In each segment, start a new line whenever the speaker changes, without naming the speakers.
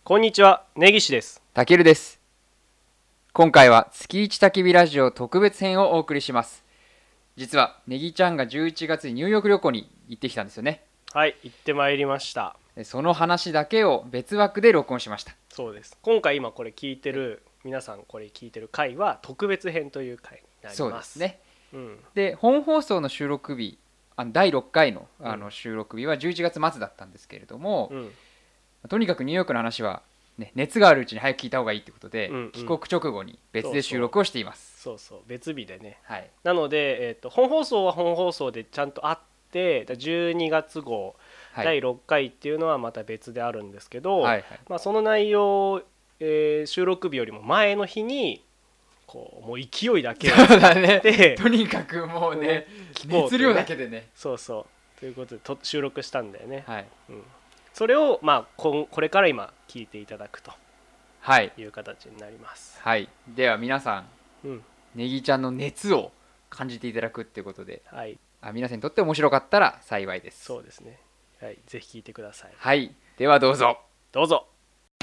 こんにちは、根岸です。
たけるです。今回は月一焚き火ラジオ特別編をお送りします。実はネギちゃんが11月にニューヨーク旅行に行ってきたんですよね。
はい、行ってまいりました。
その話だけを別枠で録音しました。
そうです。今回これ聞いてる皆さんこれ聞いてる回は特別編という回になります。
そうですね。
うん、
で本放送の収録日、第6回の収録日は11月末だったんですけれども、とにかくニューヨークの話は、ね、熱があるうちに早く聞いた方がいいということで、帰国直後に別で収録をしています。
そう別日でね。
はい、
なので、本放送は本放送でちゃんとあって12月号、第6回っていうのはまた別であるんですけど、その内容、収録日よりも前の日にもう勢いだけ
そうだね、とにかくもうね、熱量だけでね。
そうということで収録したんだよね。
はい、
それをこれから今聞いていただくという形になります。
はい、では皆さん、ネギちゃんの熱を感じていただくっていうことで、皆さんにとって面白かったら幸いです。
そうですね。はい、ぜひ聞いてください。
はい、ではどうぞ。
どうぞ。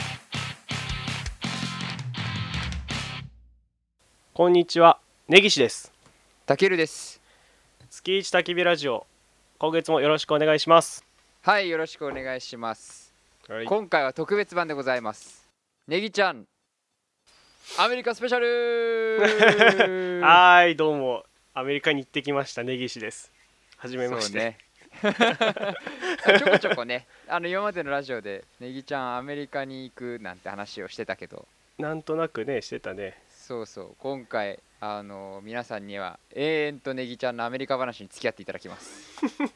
こんにちは、根岸です。
たけるです。
月一焚き火ラジオ、今月もよろしくお願いします。
はい、よろしくお願いします。今回は特別版でございます。ネギちゃんアメリカスペシャル
はい、どうもアメリカに行ってきました根岸です。はじめまして。
ちょこちょこね、今までのラジオでネギちゃんアメリカに行くなんて話をしてたけど、
なんとなくねしてたね。
そう今回皆さんには永遠とネギちゃんのアメリカ話に付き合っていただきます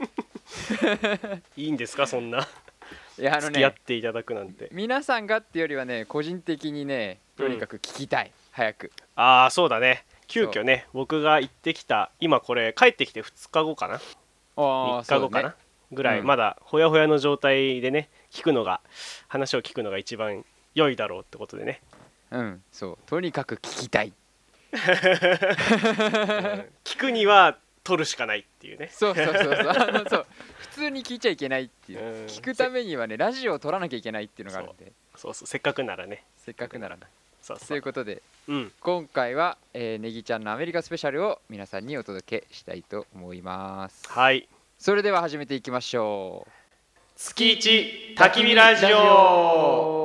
いいんですかそんな。
いや
付き合っていただくなんて。
皆さんがっていうよりはね、個人的にね、とにかく聞きたい、早く。
ああそうだね、急遽ね僕が行ってきた、今これ帰ってきて2日後かな、3日後かな、ぐらい、まだほやほやの状態でね話を聞くのが一番良いだろうってことでね。
そうとにかく聞きたい
聞くには撮るしかないっていうね。
そう普通に聞いちゃいけないっていう、聞くためにはねラジオを撮らなきゃいけないっていうのがあるんで、
せっかくならね。
ということで、今回は、ネギちゃんのアメリカスペシャルを皆さんにお届けしたいと思います。
はい、
それでは始めていきましょう。
月一焚き火ラジオ。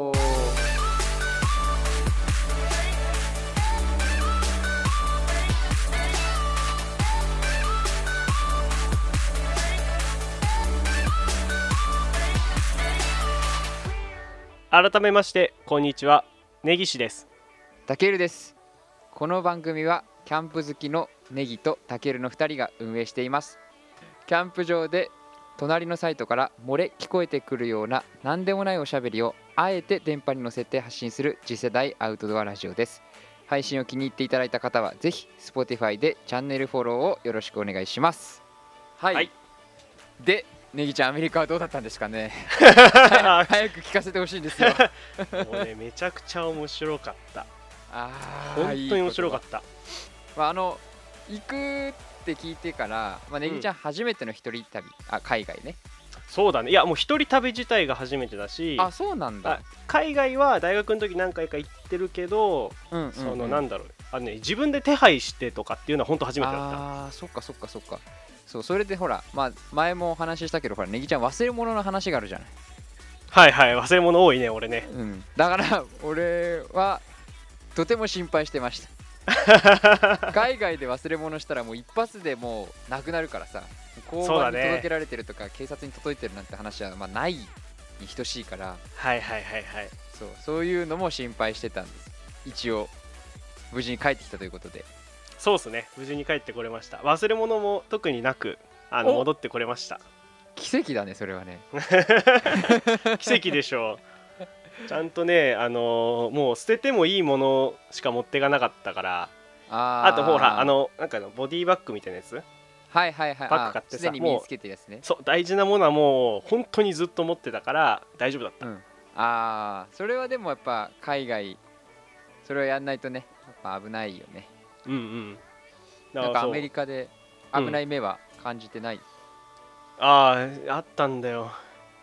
改めましてこんにちは、根岸です。
たけるです。この番組はキャンプ好きのネギとたけるの2人が運営しています。キャンプ場で隣のサイトから漏れ聞こえてくるような何でもないおしゃべりをあえて電波に乗せて発信する次世代アウトドアラジオです。配信を気に入っていただいた方はぜひ Spotify でチャンネルフォローをよろしくお願いします。はい、でネギちゃんアメリカはどうだったんですかね早く聞かせてほしいんですよ
もうねめちゃくちゃ面白かった。本当に面白かった。
行くって聞いてから、ネギちゃん初めての一人旅、海外ね。
そうだね。いやもう一人旅自体が初めてだし。
そうなんだ。
海外は大学の時何回か行ってるけど、なんだろう、自分で手配してとかっていうのは本当初めてだった。
そっかそれでほら、前もお話ししたけど、ほらネギちゃん忘れ物の話があるじゃない。
忘れ物多いね俺ね。
だから俺はとても心配してました海外で忘れ物したらもう一発でもうなくなるからさ、交番に届けられてるとか、警察に届いてるなんて話はないに等しいから、そういうのも心配してたんです。一応無事に帰ってきたということで。
そうですね、無事に帰ってこれました。忘れ物も特になく戻ってこれました。
奇跡だねそれはね
奇跡でしょう。ちゃんとねもう捨ててもいいものしか持っていかなかったから。あとほらなんかボディバッグみたいなやつ、バッグ買ってさ、
身につけてるやつね。
そう大事なものはもう本当にずっと持ってたから大丈夫だった。
それはでもやっぱ海外それをやんないとね、やっぱ危ないよね。なんかアメリカで危ない目は感じてない？
あったんだよ。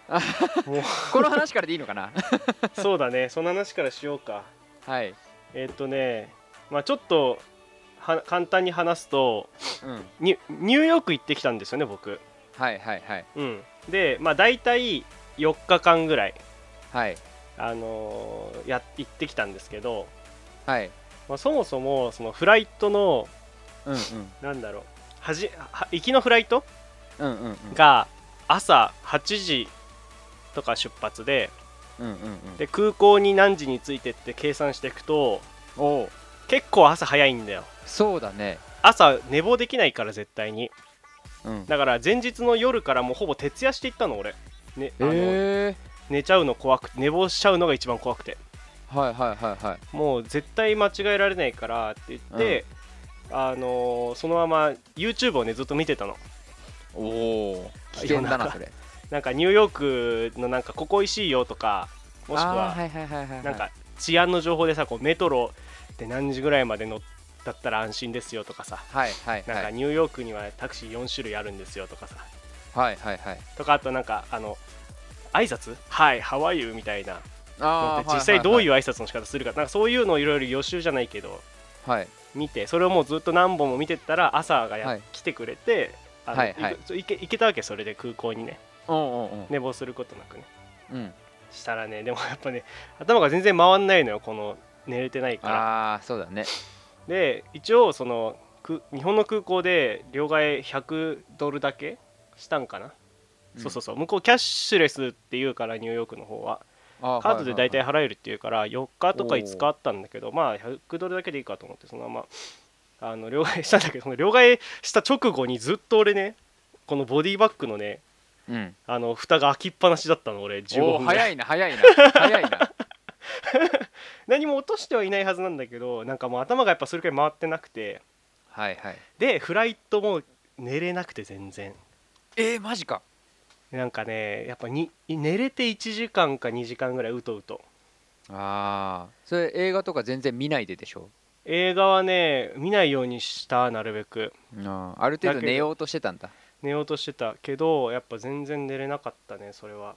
もうこの話からでいいのかな。
そうだね、その話からしようか。
はい。
まあちょっと簡単に話すと、ニューヨーク行ってきたんですよね僕。
はいはいはい。
でまあ大体4日間ぐらい、
はい、
行ってきたんですけど、
はい、
まあ、そもそもそのフライトの、なんだろう、行きのフライト、が朝8時とか出発で、で空港に何時に着いてって計算していくと、結構朝早いんだよ。
そうだね。
朝寝坊できないから絶対に、だから前日の夜からもうほぼ徹夜していったの俺、ね、寝ちゃうの怖くて、寝坊しちゃうのが一番怖くて、もう絶対間違えられないからって言って、そのまま YouTube をねずっと見てたの。
おお、危険だなそれ。
なんかニューヨークのなんかここおいしいよとか、もしくはなんか治安の情報でさ、こうメトロで何時ぐらいまで乗ったら安心ですよとかさ、なんかニューヨークにはタクシー4種類あるんですよとかさ、とか、あとなんか挨拶、はいハワイユーみたいな、実際どういう挨拶の仕方するか、なんかそういうのをいろいろ予習じゃないけど、見て、それをもうずっと何本も見てったら朝が来てくれて、行けたわけ。それで空港にね、寝坊することなくね、したらね、でもやっぱね頭が全然回んないのよ、この寝れてないから。
そうだね。
で一応その日本の空港で両替$100だけしたんかな、そう向こうキャッシュレスっていうから、ニューヨークの方はカードで大体払えるっていうから、4日とか5日あったんだけど、まあ$100だけでいいかと思ってそのまま両替したんだけど、その両替した直後にずっと俺ね、このボディバッグのね、蓋が開きっぱなしだったの俺、15分ぐらい。
早いな
何も落としてはいないはずなんだけど、なんかもう頭がやっぱそれくらい回ってなくて、でフライトも寝れなくて全然。
マジか。
なんかね、やっぱ寝れて1時間か2時間ぐらいうとうと。
それ映画とか全然見ないででしょ。
映画はね見ないようにした、なるべく。
ある程度寝ようとしてたんだ。
寝ようとしてたけど、やっぱ全然寝れなかったねそれは。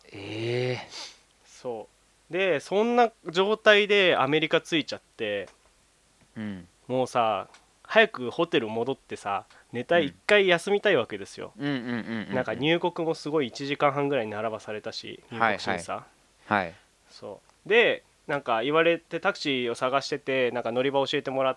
そうで、そんな状態でアメリカ着いちゃって、もうさ早くホテル戻ってさ、寝たい、一回休みたいわけですよ。なんか入国もすごい1時間半ぐらい並ばされたし、入国審査。そうで、なんか言われてタクシーを探してて、なんか乗り場教えてもらって、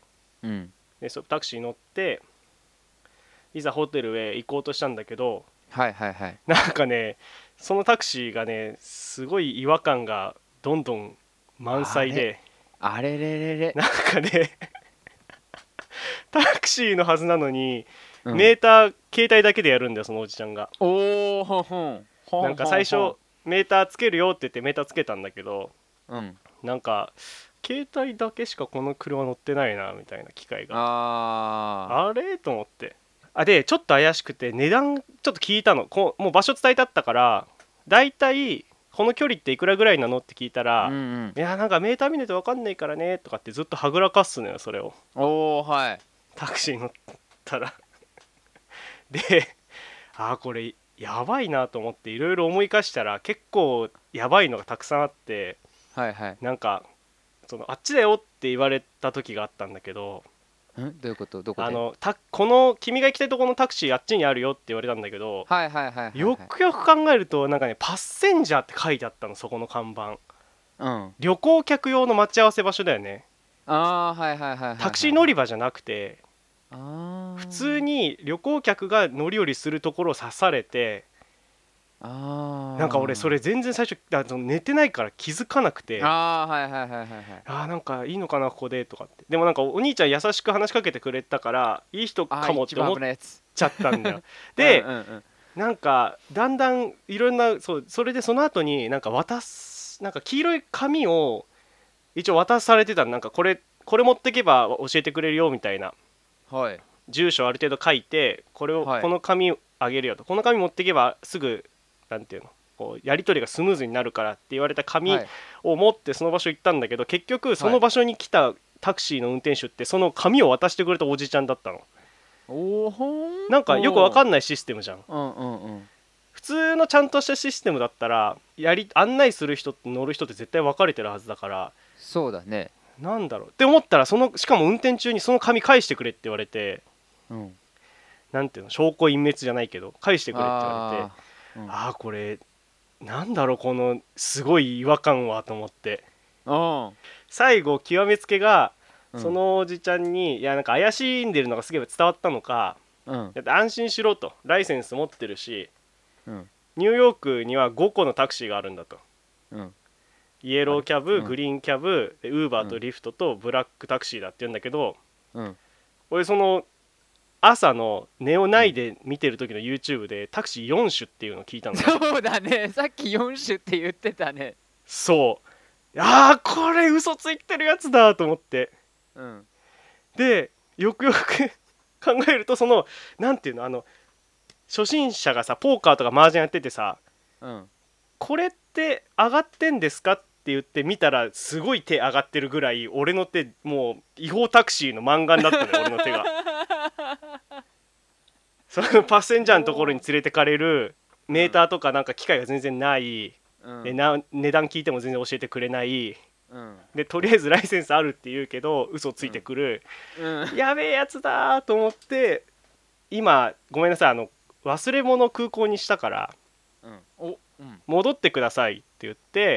でタクシー乗っていざホテルへ行こうとしたんだけど、なんかねそのタクシーがねすごい違和感がどんどん満載で、
なん
かねタクシーのはずなのに、メーター携帯だけでやるんだよそのおじちゃんが。なんか最初メーターつけるよって言ってメーターつけたんだけど、なんか携帯だけしかこの車乗ってないなみたいな機械が、あれと思って、でちょっと怪しくて値段ちょっと聞いたの。もう場所伝えてあったから、だいたいこの距離っていくらぐらいなのって聞いたら、いやなんかメーター見ないと分かんないからねとかってずっとはぐらかすのよそれを。タクシー乗ったらで、これやばいなと思っていろいろ思い返したら、結構やばいのがたくさんあって、なんかあっちだよって言われた時があったんだけど、
どういうこと？どこで？
この君が行きたいところのタクシーあっちにあるよって言われたんだけど、よくよく考えるとなんかねパッセンジャーって書いてあったの、そこの看板。旅行客用の待ち合わせ場所だよね。タクシー乗り場じゃなくて、普通に旅行客が乗り降りするところを指されて、なんか俺それ全然最初寝てないから気づかなくて、なんかいいのかなここでとかって。でもなんかお兄ちゃん優しく話しかけてくれたからいい人かもって思っちゃったんだよ。でなんかだんだんいろんな、それでその後になんかなんか黄色い紙を一応渡されてた。なんかこれ持ってけば教えてくれるよみたいな、住所ある程度書いて、この紙あげるよと、この紙持ってけばすぐなんていうの、こうやり取りがスムーズになるからって言われた紙を持ってその場所行ったんだけど、結局その場所に来たタクシーの運転手ってその紙を渡してくれたおじちゃんだったの。なんかよくわかんないシステムじゃん。普通のちゃんとしたシステムだったら案内する人と乗る人って絶対分かれてるはずだから。
そうだね。
なんだろうって思ったら、しかも運転中にその紙返してくれって言われて、なんていうの、証拠隠滅じゃないけど返してくれって言われて、ああこれなんだろうこのすごい違和感はと思って、最後極めつけがそのおじちゃんに、いやなんか怪しんでるのがすげえ伝わったのか、安心しろと、ライセンス持ってるし、ニューヨークには5個のタクシーがあるんだと、イエローキャブ、グリーンキャブ、ウーバーとリフトとブラックタクシーだって言うんだけど、俺その朝のネオナイで見てる時の YouTube でタクシー4種っていうのを聞いたの。
そうだね、さっき4種って言ってたね。
そう、これ嘘ついてるやつだと思って、でよくよく考えると、そのなんていうの、初心者がさポーカーとか麻雀やっててさ、これって上がってんですかって言って見たら、すごい手上がってるぐらい俺の手もう違法タクシーの漫画になったのよ俺の手がそのパッセンジャーのところに連れてかれる、メーターとかなんか機械が全然ない、値段聞いても全然教えてくれない、でとりあえずライセンスあるって言うけど嘘ついてくる、やべえやつだと思って、今ごめんなさい、忘れ物空港にしたから、戻ってくださいって言って、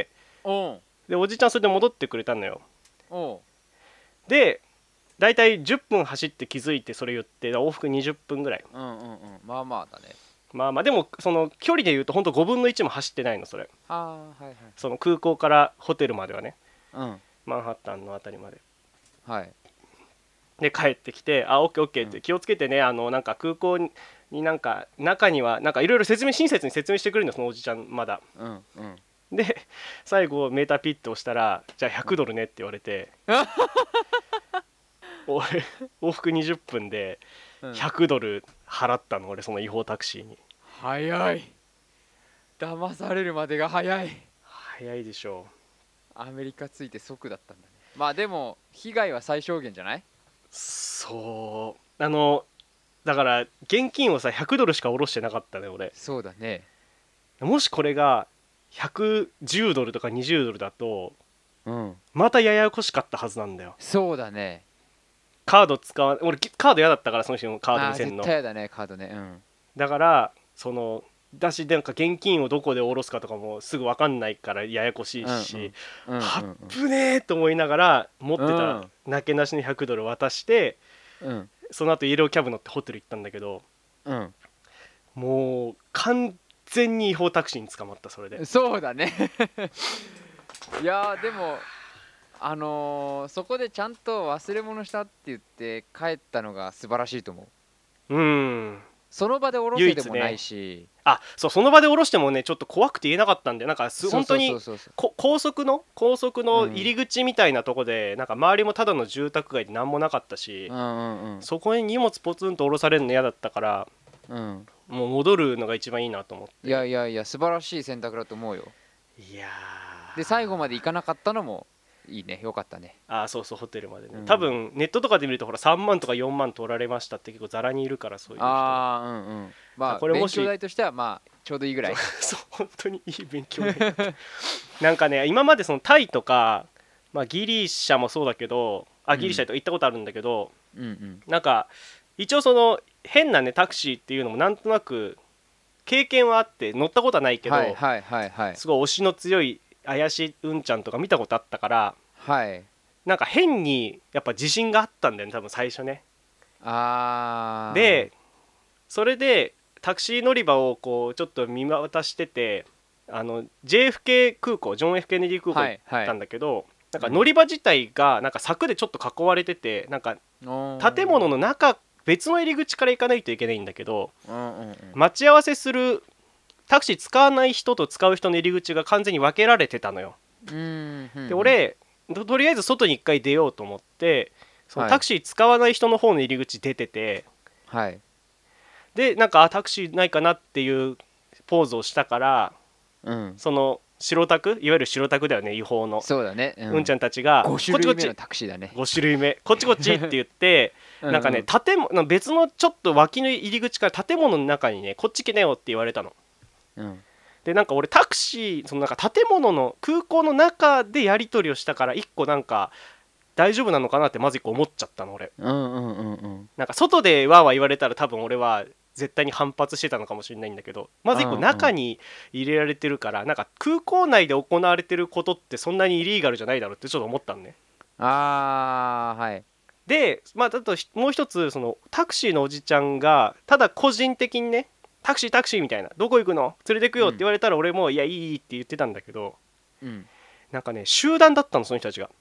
でおじちゃんそれで戻ってくれたのよ。でだいたい10分走って気づいてそれ言って、往復20分ぐらい、
まあまあだね。
まあまあでもその距離で言うとほんと5分の1も走ってないのそれ。その空港からホテルまではね、マンハッタンのあたりまで。で帰ってきて、オッケーオッケーって、気をつけてね、なんか空港になんか中にはなんかいろいろ親切に説明してくれるのそのおじちゃんまだ。で最後メーターピッと押したら、じゃあ100ドルねって言われて俺往復20分で100ドル払ったの、俺その違法タクシーに。
早い、騙されるまでが早い
でしょ
う。アメリカ着いて即だったんだね。まあでも被害は最小限じゃない？
そう、だから現金をさ100ドルしか下ろしてなかったね俺。
そうだね。
もしこれが110ドルとか20ドルだと、またややこしかったはずなんだよ。
そうだね。
カード使わ俺カード嫌だったから、その人のカード見せんの。
絶対嫌だねカードね。
だからそのだし、なんか現金をどこで下ろすかとかもすぐ分かんないからややこしいし、はっぶねーと思いながら持ってたなけなしの100ドル渡して、その後イエローキャブ乗ってホテル行ったんだけど、もう完全に違法タクシーに捕まった。それで。
そうだねいやでもそこでちゃんと忘れ物したって言って帰ったのが素晴らしいと思う。その場で下ろせでもないし、
そうその場で下ろしてもねちょっと怖くて言えなかったんで、なんか本当に高速の入り口みたいなとこで、なんか周りもただの住宅街で何もなかったし、そこに荷物ポツンと下ろされるの嫌だったから、もう戻るのが一番いいなと思って。
いや素晴らしい選択だと思うよ。で最後まで行かなかったのもいいね、よかったね。
そうそう、ホテルまでね。多分ネットとかで見るとほら3万とか4万取られましたって結構ザラにいるから、そういう人。
まあこれもし勉強代としてはまあちょうどいいぐらい
そう本当にいい勉強代なんかね、今までそのタイとか、ギリシャもそうだけど、ギリシャとか行ったことあるんだけど、なんか一応その変なねタクシーっていうのもなんとなく経験はあって、乗ったことはないけど、すごい推しの強い怪しいうんちゃんとか見たことあったから、なんか変にやっぱ自信があったんだよね多分最初ね。でそれでタクシー乗り場をこうちょっと見渡してて、JFK 空港、ジョン・ F ・ケネディ空港行ったんだけど、なんか乗り場自体がなんか柵でちょっと囲われてて、なんか建物の中別の入り口から行かないといけないんだけど、待ち合わせするタクシー使わない人と使う人の入り口が完全に分けられてたのよ。で俺とりあえず外に一回出ようと思って、そのタクシー使わない人の方の入り口出てて、でなんかタクシーないかなっていうポーズをしたから、その白タク、いわゆる白タクだよね、違法の。
そうだね、
うんちゃんたちが
5種類目のタクシーだね。
5種類目こっちこっちって言ってなんかね別のちょっと脇の入り口から建物の中にねこっち来なよって言われたの。
うん、
でなんか俺タクシーそのなんか建物の空港の中でやり取りをしたから一個なんか大丈夫なのかなってまず一個思っちゃったの俺、
うんうんうんうん、
なんか外でわーわー言われたら多分俺は絶対に反発してたのかもしれないんだけど、まず一個中に入れられてるから、なんか空港内で行われてることってそんなにイリーガルじゃないだろうってちょっと思ったのね。
あーはい。
でまああともう一つそのタクシーのおじちゃんがただ個人的にねタクシータクシーみたいなどこ行くの連れてくよって言われたら俺もいやいいって言ってたんだけど、
うん、
なんかね集団だったのその人たちが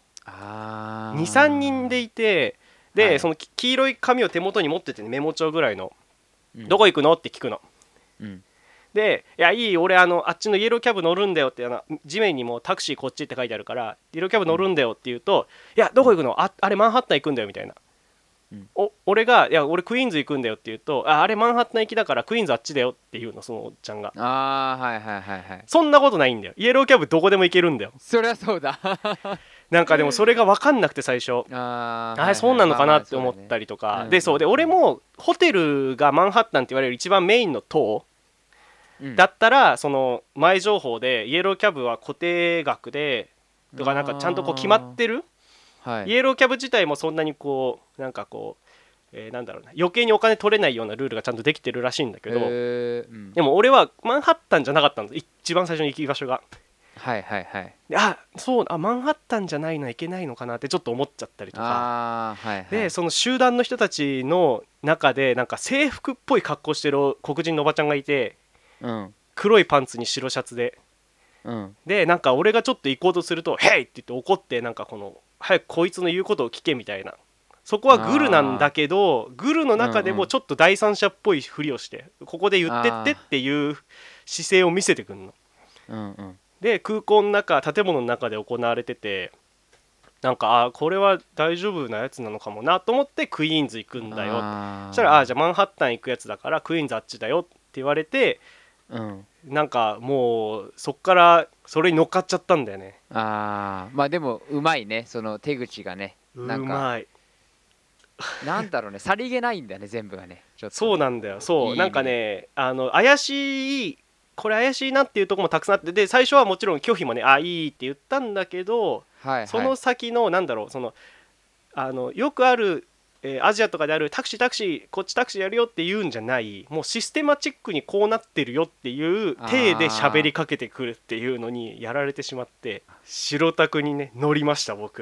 23人でいて、で、はい、その黄色い紙を手元に持ってて、ね、メモ帳ぐらいの、うん、どこ行くのって聞くの、うん、でいやいい俺あっちのイエローキャブ乗るんだよって地面にもタクシーこっちって書いてあるからイエローキャブ乗るんだよって言うと、いやどこ行くのあれマンハッタン行くんだよみたいな、うん、俺がいや俺クイーンズ行くんだよって言うとあれマンハッタン行きだからクイーンズあっちだよっていうのそのおっちゃんが
はいはいはいはい、
そんなことないんだよイエローキャブどこでも行けるんだよ
そりゃそうだ
なんかでもそれが分かんなくて最初そうなのかなって思ったりとかでそうで俺もホテルがマンハッタンって言われる一番メインの塔だったらその前情報でイエローキャブは固定額でとかなんかちゃんとこう決まってる、はい、イエローキャブ自体もそんなにこうなんかこう、なんだろうな余計にお金取れないようなルールがちゃんとできてるらしいんだけど、でも俺はマンハッタンじゃなかったんです一番最初に行き場所が
はいはいはい、
マンハッタンじゃないのはいけないのかなってちょっと思っちゃったりとか、
はいはい、
でその集団の人たちの中でなんか制服っぽい格好してる黒人のおばちゃんがいて、うん、黒いパンツに白シャツで、うん、でなんか俺がちょっと行こうとすると「ヘイ!」って言って怒ってなんかこの早くこいつの言うことを聞けみたいな、そこはグルなんだけどグルの中でもちょっと第三者っぽいふりをして、ここで言ってってっていう姿勢を見せてくんの、うんうん、で空港の中建物の中で行われててなんかこれは大丈夫なやつなのかもなと思ってクイーンズ行くんだよ、そしたらじゃあマンハッタン行くやつだからクイーンズあっちだよって言われて、うん、なんかもうそっからそれに乗っかっちゃったんだよね。
まあでもうまいねその手口がね、なんかうまいなんだろうねさりげないんだよね全部がねちょっとね、
そうなんだよそうなんかね怪しいこれ怪しいなっていうところもたくさんあって、で最初はもちろん拒否もねいいって言ったんだけど、はいはい、その先のなんだろうそのよくある、アジアとかであるタクシーこっちタクシーやるよって言うんじゃない、もうシステマチックにこうなってるよっていう体で喋りかけてくるっていうのにやられてしまって白タクにね乗りました僕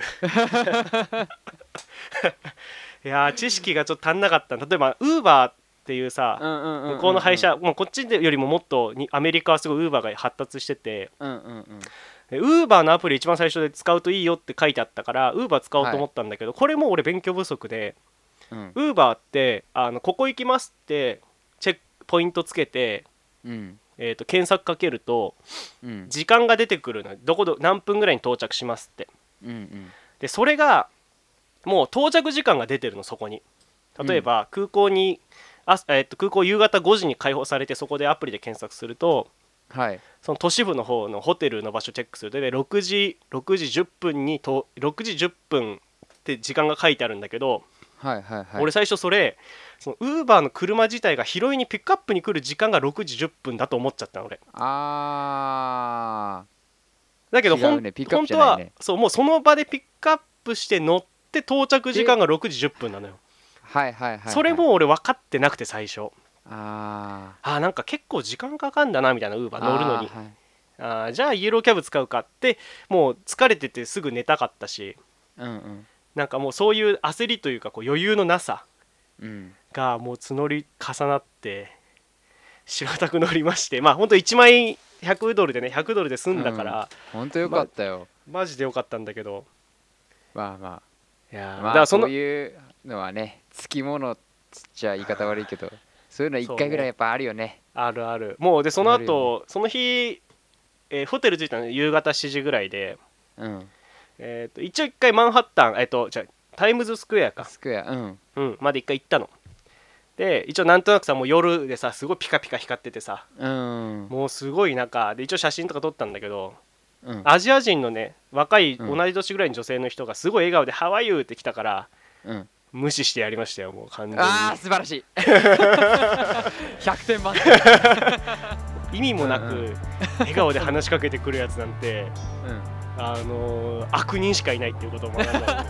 いや知識がちょっと足んなかった。例えばウーバーっていうさ向こうの配車もうこっちよりももっとアメリカはすごいウーバーが発達してて、ウーバーのアプリ一番最初で使うといいよって書いてあったからウーバー使おうと思ったんだけど、これも俺勉強不足で、ウーバーってここ行きますってポイントつけて、検索かけると、時間が出てくるの何分ぐらいに到着しますって、でそれがもう到着時間が出てるのそこに。例えば空港に空港夕方5時に開放されてそこでアプリで検索すると、はい、その都市部の方のホテルの場所チェックすると6時10分に6時10分って時間が書いてあるんだけど、はいはいはい、俺最初そのウーバーの車自体が拾いにピックアップに来る時間が6時10分だと思っちゃったの俺。だけど、ね、本当はそうもうその場でピックアップして乗って到着時間が6時10分なのよ。はいはいはい、はい、それも俺分かってなくて最初なんか結構時間かかんだなみたいなウーバー乗るのに、はい、じゃあイエローキャブ使うかってもう疲れててすぐ寝たかったし、なんかもうそういう焦りというかこう余裕のなさがもう募り重なって白タク乗りまして、まあほんと1枚100ドルでね100ドルで済んだから、
ほんとよかったよ、
マジでよかったんだけど、
まあまあいや
だから
そういうのはねつきものっつっちゃ言い方悪いけどそういうの1回ぐらいやっぱあるよね。
あるある。もうでその後、その日、ホテル着いたの夕方7時ぐらいで、一応1回マンハッタンじゃタイムズスクエアかまで1回行ったので、一応なんとなくさもう夜でさすごいピカピカ光っててさ、もうすごい中で一応写真とか撮ったんだけど、アジア人のね若い同じ年ぐらいの女性の人がすごい笑顔で「How are you?」って来たから、無視してやりましたよもう完全に。
素晴らしい100点満点
意味もなく笑顔で話しかけてくるやつなんて、悪人しかいないっていうことも学んだんです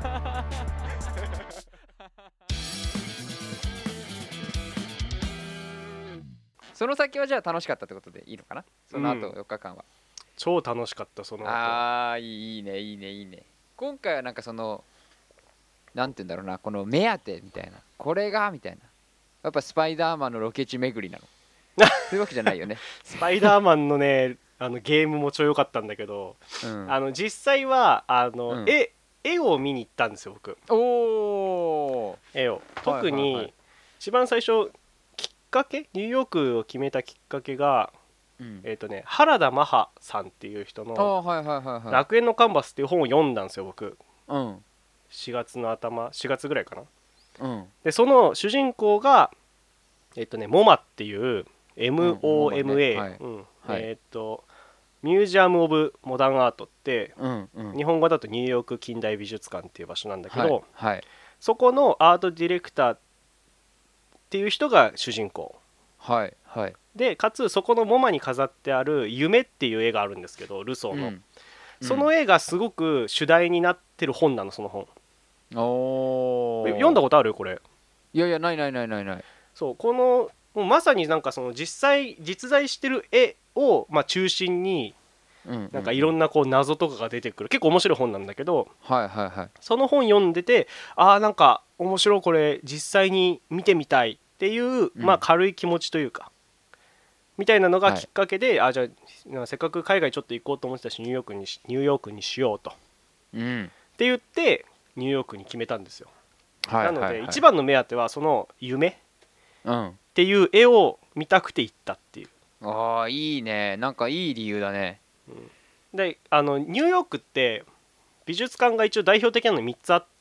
その先はじゃあ楽しかったってことでいいのかな、その後4日間は。
超楽しかった。その
後いいねいいねいいね。今回はなんかそのなんて言うんだろうな、この目当てみたいな、これがみたいな、やっぱスパイダーマンのロケ地巡りなのそういうわけじゃないよね
スパイダーマンのねゲームも超良かったんだけど、実際は絵を見に行ったんですよ僕。絵を特に一番最初きっかけ、ニューヨークを決めたきっかけが、原田マハさんっていう人の「楽園のカンバス」っていう本を読んだんですよ僕。4月の頭、4月ぐらいかな。でその主人公がモマっていう MOMA、ミュージアム・オブ・モダン・アートって、日本語だとニューヨーク近代美術館っていう場所なんだけど、そこのアートディレクターっていう人が主人公で、かつそこのモマに飾ってある「夢」っていう絵があるんですけど、ルソーの、その絵がすごく主題になってる本なの。その本読んだことある？これ。
いやいや、ない。
そう、このもうまさになんかその実在してる絵を中心になんかいろんなこう謎とかが出てくる結構面白い本なんだけど、その本読んでて、なんか面白い、これ実際に見てみたいっていう、軽い気持ちというかみたいなのがきっかけで、じゃあせっかく海外ちょっと行こうと思ってたしニューヨークにしようと、って言ってニューヨークに決めたんですよ。なので一番の目当てはその夢っていう絵を見たくて行ったっていう。
いいね、なんかいい理由だね。
でニューヨークって美術館が一応代表的なの3つあって、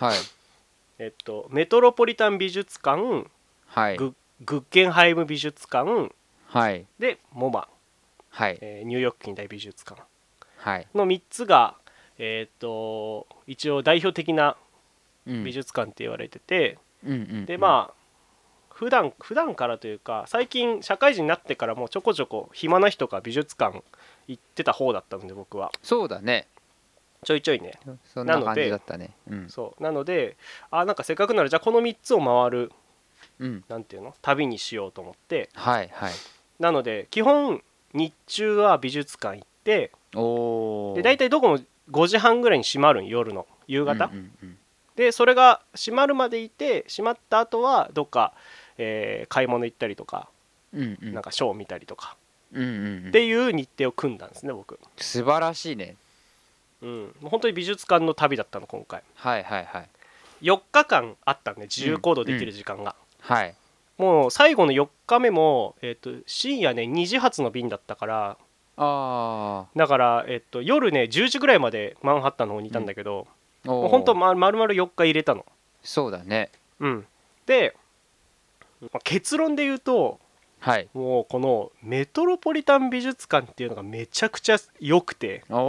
メトロポリタン美術館、グッゲンハイム美術館、でモマ、ニューヨーク近代美術館の3つが、一応代表的な美術館って言われてて、で普段からというか最近社会人になってからもちょこちょこ暇な人が美術館行ってた方だったので僕は。
そうだね、
ちょいちょいね。
そんな感じだったね。
そうなのでなんかせっかくならじゃあこの3つを回る、なんていうの、旅にしようと思って、なので基本日中は美術館行って、で大体どこも5時半ぐらいに閉まるん、夜の夕方、でそれが閉まるまでいて、閉まった後はどっか、買い物行ったりとか、なんかショー見たりとか、っていう日程を組んだんですね僕。
素晴らしいね。
もう本当に美術館の旅だったの今回。4日間あったんで、自由行動できる時間が、もう最後の4日目も、深夜ね2時発の便だったから、だから、夜ね10時ぐらいまでマンハッタンの方にいたんだけど、もう本当丸々4日入れたの。
そうだね。
で、結論で言うと、もうこのメトロポリタン美術館っていうのがめちゃくちゃ良くて、一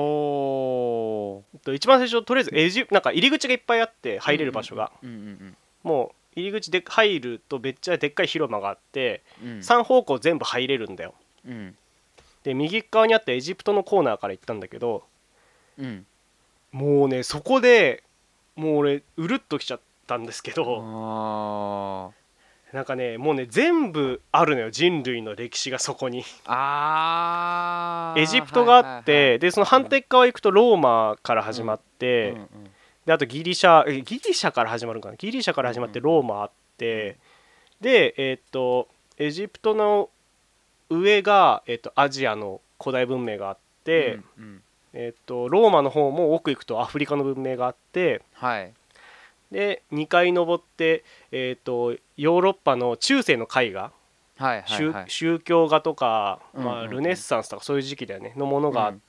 番最初とりあえずなんか入り口がいっぱいあって入れる場所が、もう入り口で入るとめっちゃでっかい広間があって、3方向全部入れるんだよ。で右側にあったエジプトのコーナーから行ったんだけど、もうねそこでもう俺うるっときちゃったんですけど、なんかねもうね全部あるのよ、人類の歴史がそこに。エジプトがあって、でその反対側行くとローマから始まって、であとギリシャから始まるかな、ギリシャから始まってローマあって、でエジプトの上が、アジアの古代文明があって、ローマの方も奥行くとアフリカの文明があって、で2階登って、ヨーロッパの中世の絵画、宗教画とか、ルネッサンスとかそういう時期だよねのものがあって、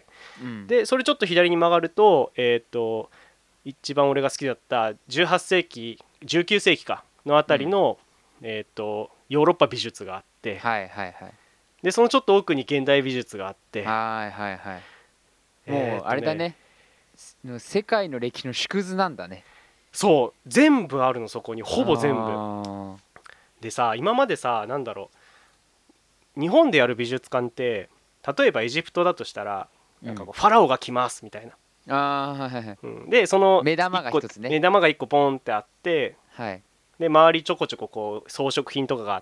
でそれちょっと左に曲がると、一番俺が好きだった18世紀19世紀かのあたりの、ヨーロッパ美術があって、でそのちょっと奥に現代美術があって、
もうあれだね、世界の歴史の縮図なんだね。
そう全部あるのそこに、ほぼ全部でさ。今までさなんだろう、 日本でやる美術館って例えばエジプトだとしたらなんかこうファラオが来ますみたいな、
はいはいはい、
でその
目玉が一つね、
目玉が1個ポンってあって、
はい、
で周りちょこちょここう装飾品とかがあって、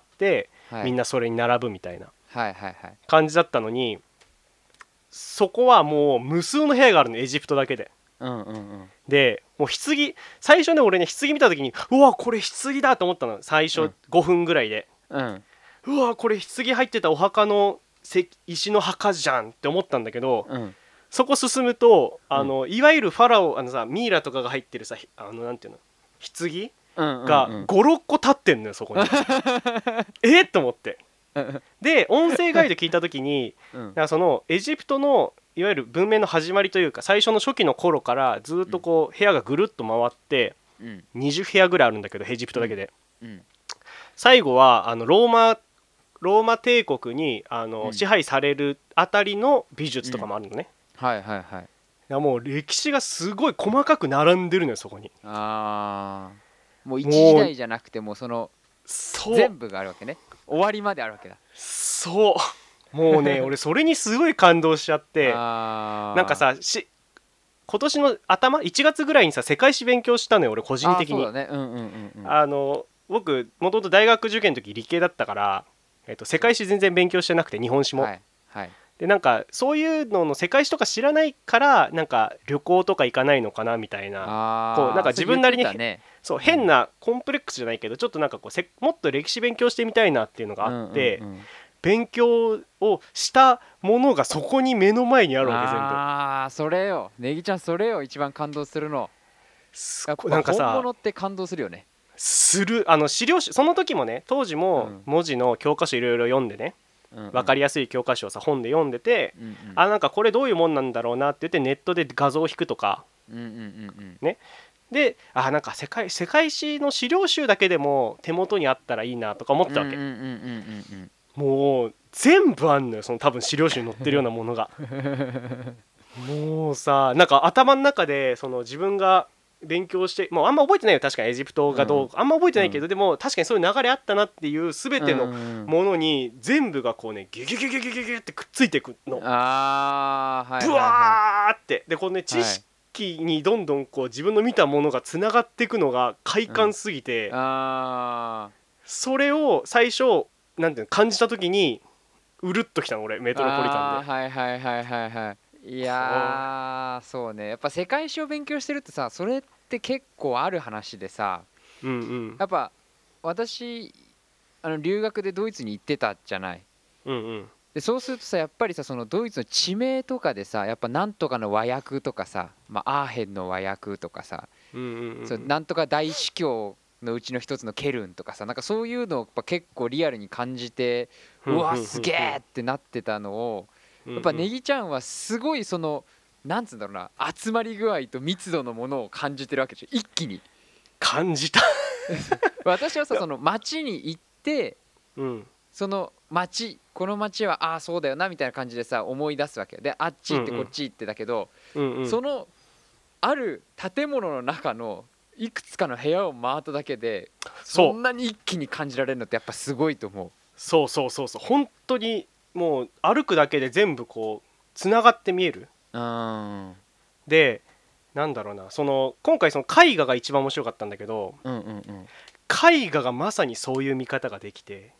はい、
みんなそれに並ぶみたいな
感
じだったのに、そこはもう無数の部屋があるの、エジプトだけで。でもう棺、最初ね俺ね棺見た時にうわこれ棺だと思ったの、最初5分ぐらいで、うわこれ棺入ってたお墓の石の墓じゃんって思ったんだけど、そこ進むといわゆるファラオさミイラとかが入ってるさなんていうの棺が56個立ってんのよそこにと思ってで音声ガイド聞いた時に、なんかそのエジプトのいわゆる文明の始まりというか最初の初期の頃からずっとこう部屋がぐるっと回って20部屋ぐらいあるんだけどエジプトだけで、最後はローマ帝国に支配されるあたりの美術とかもあるのね、もう歴史がすごい細かく並んでるのよそこに。
もう一時代じゃなくてもその全部があるわけね、終わりまであるわけだ。
そうもうね俺それにすごい感動しちゃってなんかさ今年の頭1月ぐらいにさ世界史勉強したのよ俺個人的に。僕もともと大学受験の時理系だったから、世界史全然勉強してなくて日本史も、でなんかそういうのの世界史とか知らないからなんか旅行とか行かないのかなみたいな、こうなんか自分なりにそう変なコンプレックスじゃないけどちょっとなんかこうもっと歴史勉強してみたいなっていうのがあって、勉強をしたものがそこに目の前にあるわけ全部。
それよネギちゃん、それよ一番感動するの。やっぱ本物って感動するよね。
する資料集その時もね当時も文字の教科書いろいろ読んでね、分かりやすい教科書をさ本で読んでて、なんかこれどういうもんなんだろうなって言ってネットで画像を引くとか、ね、でなんか世界史の資料集だけでも手元にあったらいいなとか思ってたわけ。もう全部あんのよその多分資料集に載ってるようなものがもうさなんか頭の中でその自分が勉強してもうあんま覚えてないよ確かにエジプトがどうか、あんま覚えてないけど、でも確かにそういう流れあったなっていう全てのものに全部がこうねギュギュギュギュギュギュギュってくっついていくの。ブワーってでこのね知識にどんどんこう自分の見たものがつながっていくのが快感すぎて、それを最初なんていうの感じた時にうるっときたの俺メトロポリタンで。
いやそうね、やっぱ世界史を勉強してるってさそれって結構ある話でさ、やっぱ私留学でドイツに行ってたじゃない、でそうするとさやっぱりさそのドイツの地名とかでさやっぱなんとかの和訳とかさ、アーヘンの和訳とかさ、なんとか大司教のうちの一つのケルンとかさなんかそういうのをやっぱ結構リアルに感じて、うわすげえってなってたのをやっぱネギちゃんはすごいそのなんつうんだろうな集まり具合と密度のものを感じてるわけでしょ。一気に
感じた
私はさその街に行って、その街この街はそうだよなみたいな感じでさ思い出すわけで、あっち行ってこっち行ってだけど、そのある建物の中のいくつかの部屋を回っただけでそんなに一気に感じられるのってやっぱすごいと思う。
そう本当にもう歩くだけで全部こうつながって見える。でなんだろうな今回その絵画が一番面白かったんだけど、絵画がまさにそういう見方ができて、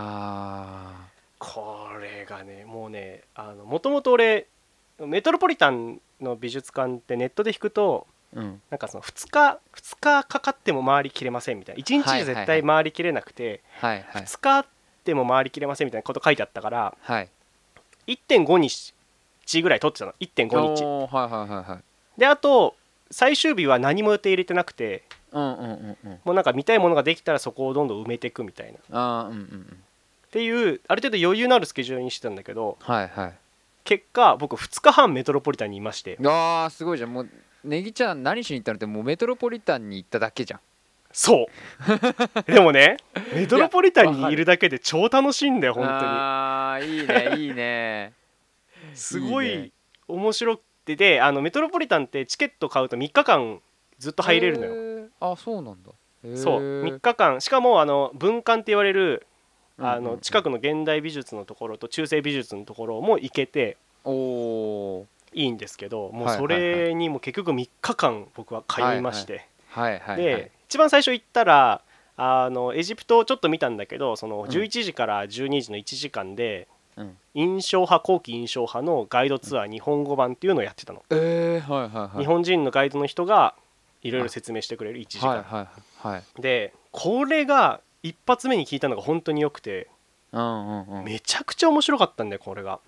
これがねもうねもともと俺メトロポリタンの美術館ってネットで引くと、なんかその2日かかっても回りきれませんみたいな、1日じゃ絶対回りきれなくて、2日あっても回りきれませんみたいなこと書いてあったから、1.5 日ぐらい取ってたの。 1.5 日であと最終日は何も予定入れてなくて、もうなんか見たいものができたらそこをどんどん埋めていくみたいな、っていうある程度余裕のあるスケジュールにしてたんだけど、結果僕2日半メトロポリタンにいまして。
すごいじゃん。もうネギちゃん何しに行ったのってもうメトロポリタンに行っただけじゃん。
そうでもねメトロポリタンにいるだけで超楽しいんだよ本当
に。いいねいいね
すごい面白くて、でメトロポリタンってチケット買うと3日間ずっと入れるのよ。
そうなんだ。
そう3日間しかも文館って言われる近くの現代美術のところと中世美術のところも行けていいんですけど、もうそれにも結局3日間僕は通いまして、で一番最初行ったらエジプトをちょっと見たんだけど、その11時から12時の1時間で、印象派後期印象派のガイドツアー日本語版っていうのをやってたの。日本人のガイドの人がいろいろ説明してくれる1時間で、これが一発目に聞いたのが本当によくて、めちゃくちゃ面白かったんだよこれが。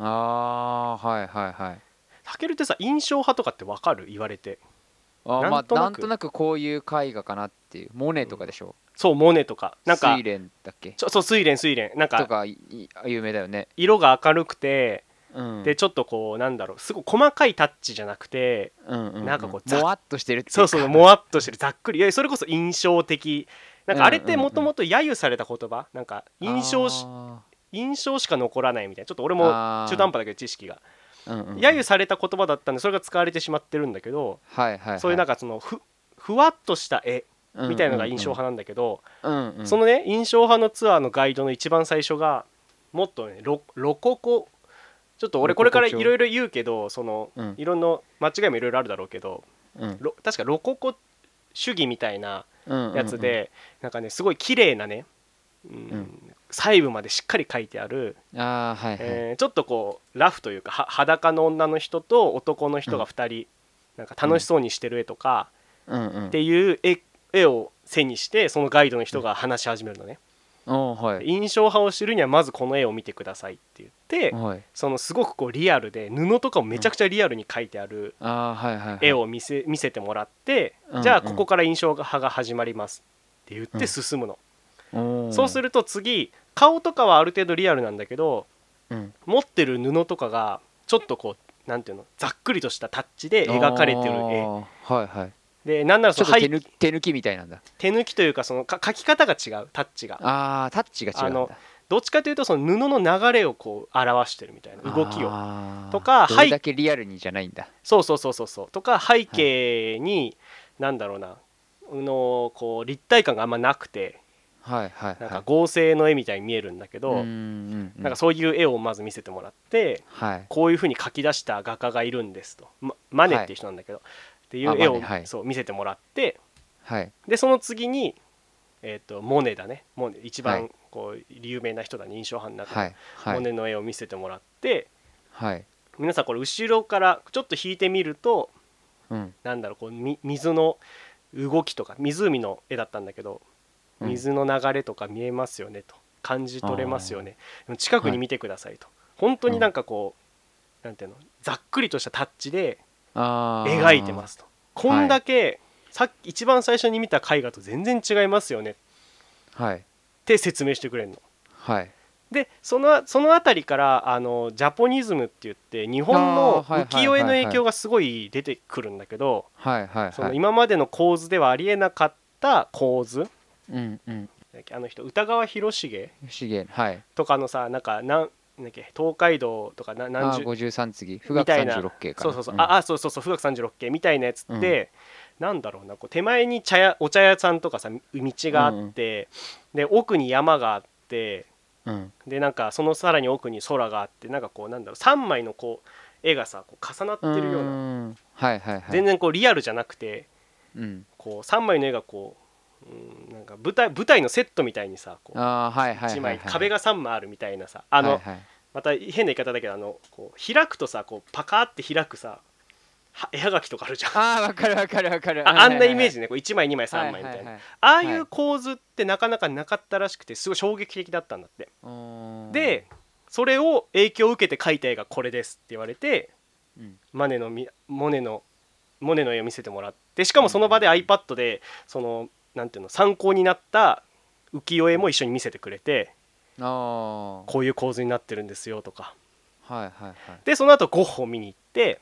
たけるってさ、印象派とかって分かる？言われて。
なんとなくこういう絵画かなっていう。モネとかでしょ。
そう、モネとかなんか
睡蓮だっけ。
そう、睡蓮なんか
とか有名だよね。
色が明るくて、でちょっとこうなんだろう、すごい細かいタッチじゃなくて、なんかこう
もわっとしてるっていう
か、そうもわっとしてる、ざっくり、それこそ印象的。なんかあれってもともと揶揄された言葉、なんか印象しか残らないみたいな、ちょっと俺も中途半端だけど知識が揶揄された言葉だったんで、それが使われてしまってるんだけど、そういうなんかそのふわっとした絵みたいなのが印象派なんだけど、そのね印象派のツアーのガイドの一番最初がもっとねロココ、ちょっと俺これからいろいろ言うけど、そのいろんな間違いもいろいろあるだろうけど、確かロココ主義みたいなやつで、なんかねすごい綺麗なね、細部までしっかり書いてある、ちょっとこうラフというか裸の女の人と男の人が2人なんか楽しそうにしてる絵とかっていう絵を背にして、そのガイドの人が話し始めるのね。印象派を知るにはまずこの絵を見てくださいって言って、そのすごくこうリアルで布とかもめちゃくちゃリアルに描いてある絵を見せてもらって、じゃあここから印象派が始まりますって言って進むの。そうすると次顔とかはある程度リアルなんだけど、持ってる布とかがちょっとこうなんていうの、ざっくりとしたタッチで描かれてる絵で、なんならその
手抜きみたいなんだ。
手抜きというか、その描き方が違う、タッチが
タッチが違うんだ。
どっちかというとその布の流れをこう表してるみたいな、動きをとか、
どれだけリアルにじゃないんだ。
そうとか、背景になんだろうなこう立体感があんまなくて、なんか合成の絵みたいに見えるんだけど、なんかそういう絵をまず見せてもらって、こういうふうに描き出した画家がいるんですと、マネっていう人なんだけどっていう絵をそう見せてもらって、でその次にモネだね、モネ一番こう有名な人だね、印象派になってモネの絵を見せてもらって、皆さんこれ後ろからちょっと引いてみると、なんだろう、こう水の動きとか、湖の絵だったんだけど、水の流れとか見えますよねと、感じ取れますよね、近くに見てくださいと、本当になんかこうなんていうの、ざっくりとしたタッチで描いてますと、こんだけさっき一番最初に見た絵画と全然違いますよねって説明してくれるの。でその辺りからジャポニズムって言って日本の浮世絵の影響がすごい出てくるんだけど、その今までの構図ではありえなかった構図、あの人歌川広重とかのさ、なんかなんだっけ、東海道とか
53次富岳36景かな、
そう富岳36景みたいなやつって、なんだろうな、こう手前にお茶屋さんとかさ道があって、で奥に山があって、でなんかそのさらに奥に空があって、なんかこうなんだろう、3枚のこう絵がさこう重なってるような、全然こうリアルじゃなくて、こう3枚の絵がこうなんか舞台のセットみたいにさ、こう1枚壁が3枚あるみたいなさ、また変な言い方だけど、こう開くとさ、こうパカーって開くさ絵はがきとかあるじゃん。
わかる
あんなイメージね、こう1枚2枚3枚みたいな、ああいう構図ってなかなかなかったらしくて、すごい衝撃的だったんだって。でそれを影響を受けて描いた絵がこれですって言われて、モネの絵を見せてもらって、しかもその場で iPad でそのなんていうの、参考になった浮世絵も一緒に見せてくれて、こういう構図になってるんですよとか、でその後ゴッホを見に行って、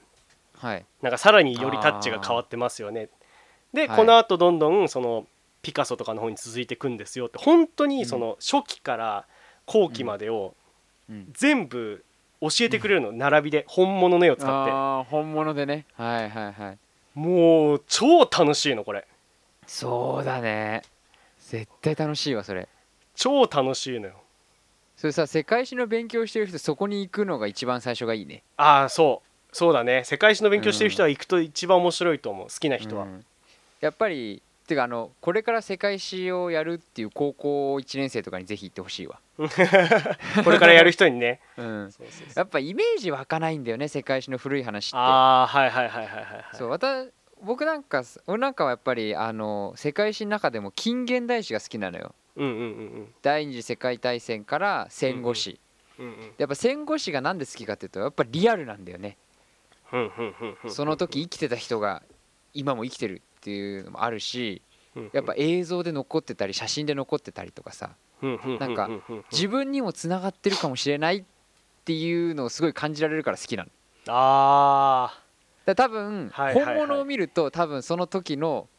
なんかさらによりタッチが変わってますよね、でこの後どんどんそのピカソとかの方に続いていくんですよって、本当にその初期から後期までを全部教えてくれるの、並びで本物の絵を使って。
本物でね、
もう超楽しいのこれ。
そうだね、絶対楽しいわそれ。
超楽しいのよ。
それさ、世界史の勉強してる人そこに行くのが一番最初がいいね。
ああ、そうだね。世界史の勉強してる人は行くと一番面白いと思う、好きな人は。
やっぱりてかこれから世界史をやるっていう高校1年生とかにぜひ行ってほしいわ。
これからやる人にね、
やっぱイメージ湧かないんだよね、世界史の古い話って。
ああ、はいはいはいはいはい。
そう俺なんかはやっぱり世界史の中でも近現代史が好きなのよ。第二次世界大戦から戦後史、やっぱ戦後史がなんで好きかっていうと、やっぱリアルなんだよね。その時生きてた人が今も生きてるっていうのもあるし、やっぱ映像で残ってたり写真で残ってたりとかさ、なんか自分にもつながってるかもしれないっていうのをすごい感じられるから好きなの。多分本物を見ると多分その時の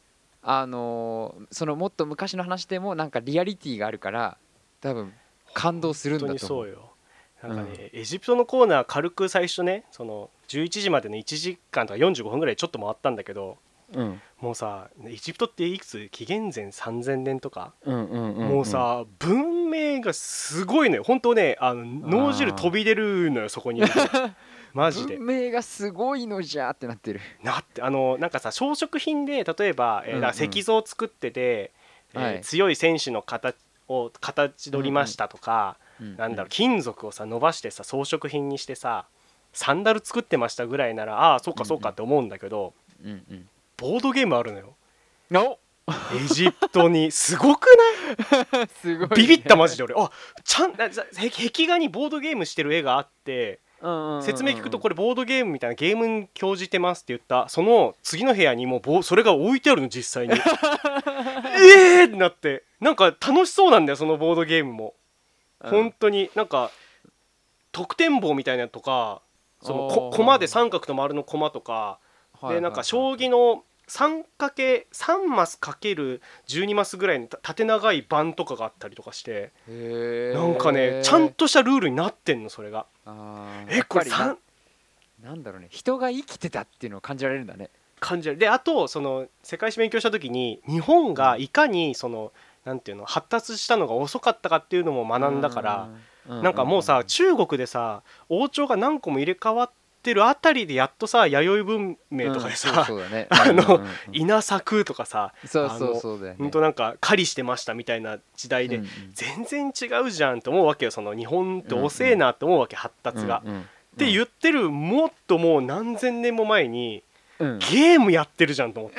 そのもっと昔の話でもなんかリアリティがあるから多分感動するんだと思う。
本当にそうよ。なんかね、エジプトのコーナー軽く最初ね、その11時までの1時間とか45分ぐらいちょっと回ったんだけど、もうさ、エジプトっていくつ紀元前3000年とか、もうさ文明がすごいのよ本当ね。脳汁飛び出るのよそこにマジで
文明がすごいのじゃってなってる。
なんかさ、装飾品で例えば、石像を作ってて、強い戦士の形取りましたとか、なんだろう、金属をさ伸ばしてさ装飾品にしてさサンダル作ってましたぐらいなら、ああそうかそうかって思うんだけど、ボードゲームあるのよエジプトに。すごくない？すごい、ね、ビビったマジで俺。壁画にボードゲームしてる絵があって、説明聞くとこれボードゲームみたいな、ゲームに興じてますって言ったその次の部屋にもそれが置いてあるの実際にってなって、なんか楽しそうなんだよそのボードゲームも。本当になんか得点棒みたいなとか、その駒で三角と丸の駒とかで、なんか将棋の3×3 マスかける12マスぐらいの縦長い盤とかがあったりとかして、なんかねちゃんとしたルールになってんのそれが。これ
なんだろうね、人が生きてたっていうのを感じられるんだね。
感じる。であとその世界史勉強した時に日本がいかにそのなんていうの発達したのが遅かったかっていうのも学んだから、なんかもうさ中国でさ王朝が何個も入れ替わってるあたりでやっとさ弥生文明とかでさ、稲作とかさ、ほんとなんか狩りしてましたみたいな時代で、全然違うじゃんと思うわけよ。その日本って遅えなって思うわけ、発達が。って言ってるもっともう何千年も前にゲームやってるじゃんと思って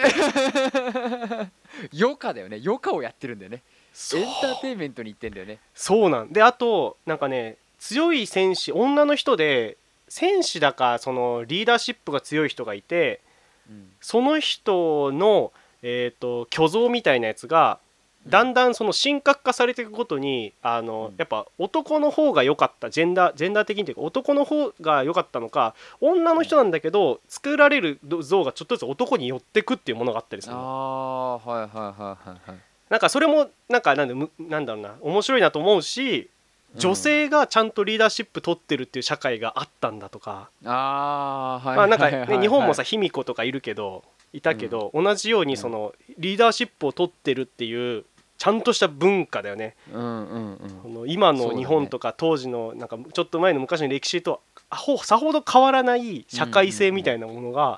余暇だよね、余暇をやってるんだよね。エンターテインメントに行ってんだよね。
そうなんで、あとなんかね強い戦士、女の人で戦士だかそのリーダーシップが強い人がいて、その人の虚像みたいなやつがだんだんその神格化されていくごとにやっぱ男の方が良かった、ジェンダー的にというか男の方が良かったのか、女の人なんだけど作られる像がちょっとずつ男に寄ってくっていうものがあったりするの。なんかそれもなんかなんだろうな、面白いなと思うし、女性がちゃんとリーダーシップ取ってるっていう社会があったんだとか、なんかね日本もさ卑弥呼とかいたけど、同じようにそのリーダーシップを取ってるっていうちゃんとした文化だよね。今の日本とか当時のなんかちょっと前の昔の歴史とさほど変わらない社会性みたいなものが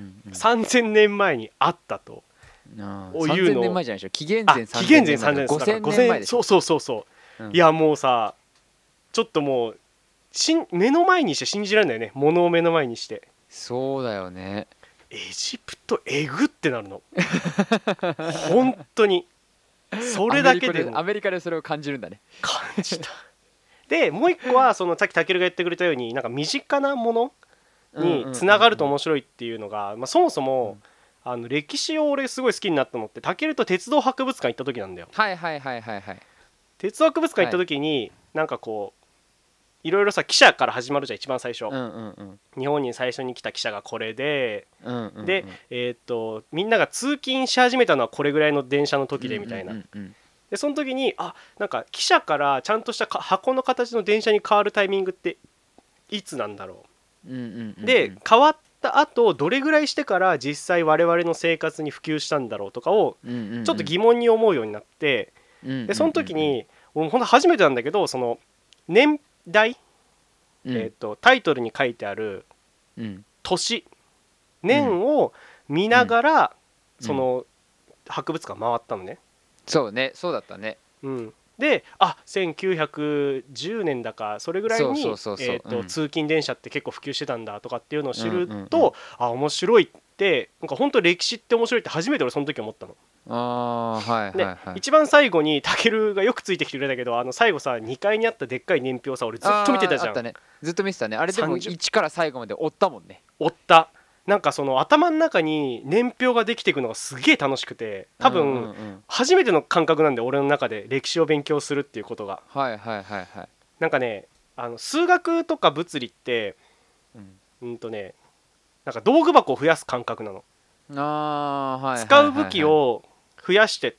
3000年前にあったというのを。
3000年前じゃないでしょ、紀元前3000年前、5000年前でしょ。
そう、いやもうさちょっともう目の前にして信じられないよね、物を目の前にして。
そうだよね。
エジプトえぐってなるの本当に。それだけで
アメリカでそれを感じるんだね。
感じた。でもう一個はそのさっきたけるが言ってくれたように、なんか身近なものにつながると面白いっていうのが、そもそも歴史を俺すごい好きになったのってたけると鉄道博物館行った時なんだよ。鉄道博物館行った時になんかこういろいろさ記者から始まるじゃん一番最初。日本に最初に来た記者がこれで、でみんなが通勤し始めたのはこれぐらいの電車の時でみたいな。でその時になんか記者からちゃんとした箱の形の電車に変わるタイミングっていつなんだろう。で変わった後どれぐらいしてから実際我々の生活に普及したんだろうとかをちょっと疑問に思うようになって、でその時にほんと初めてなんだけど、その年代、
うん、
タイトルに書いてある
うん、
年年を見ながら、
うん、
その博物館回ったのね。
そうね、そうだったね。
うん、で1910年だかそれぐらい
そうそう
に、
そうそう、うん、
通勤電車って結構普及してたんだとかっていうのを
うん、
知る
うん、うん。
と、面白いってなんか本当歴史って面白いって初めて俺その時思ったの。
ああ、はい
で
はいはい。
一番最後にタケルがよくついてきてくれたけど、最後さ2階にあったでっかい年表さ俺ずっと見てたじゃん。
ああ、あったね。ずっと見てたね。あれでも
30
1から最後まで追ったもんね。
追った。なんかその頭の中に年表ができていくのがすげえ楽しくて、
うんう
多分
んうん。
初めての感覚なんで俺の中で歴史を勉強するっていうことが。
はいはいはいはい。
なんかね、数学とか物理って
うん。
なんか道具箱を増やす感覚なの。
ああ、はいはい
使う武
はいはい。
器を増やしてって、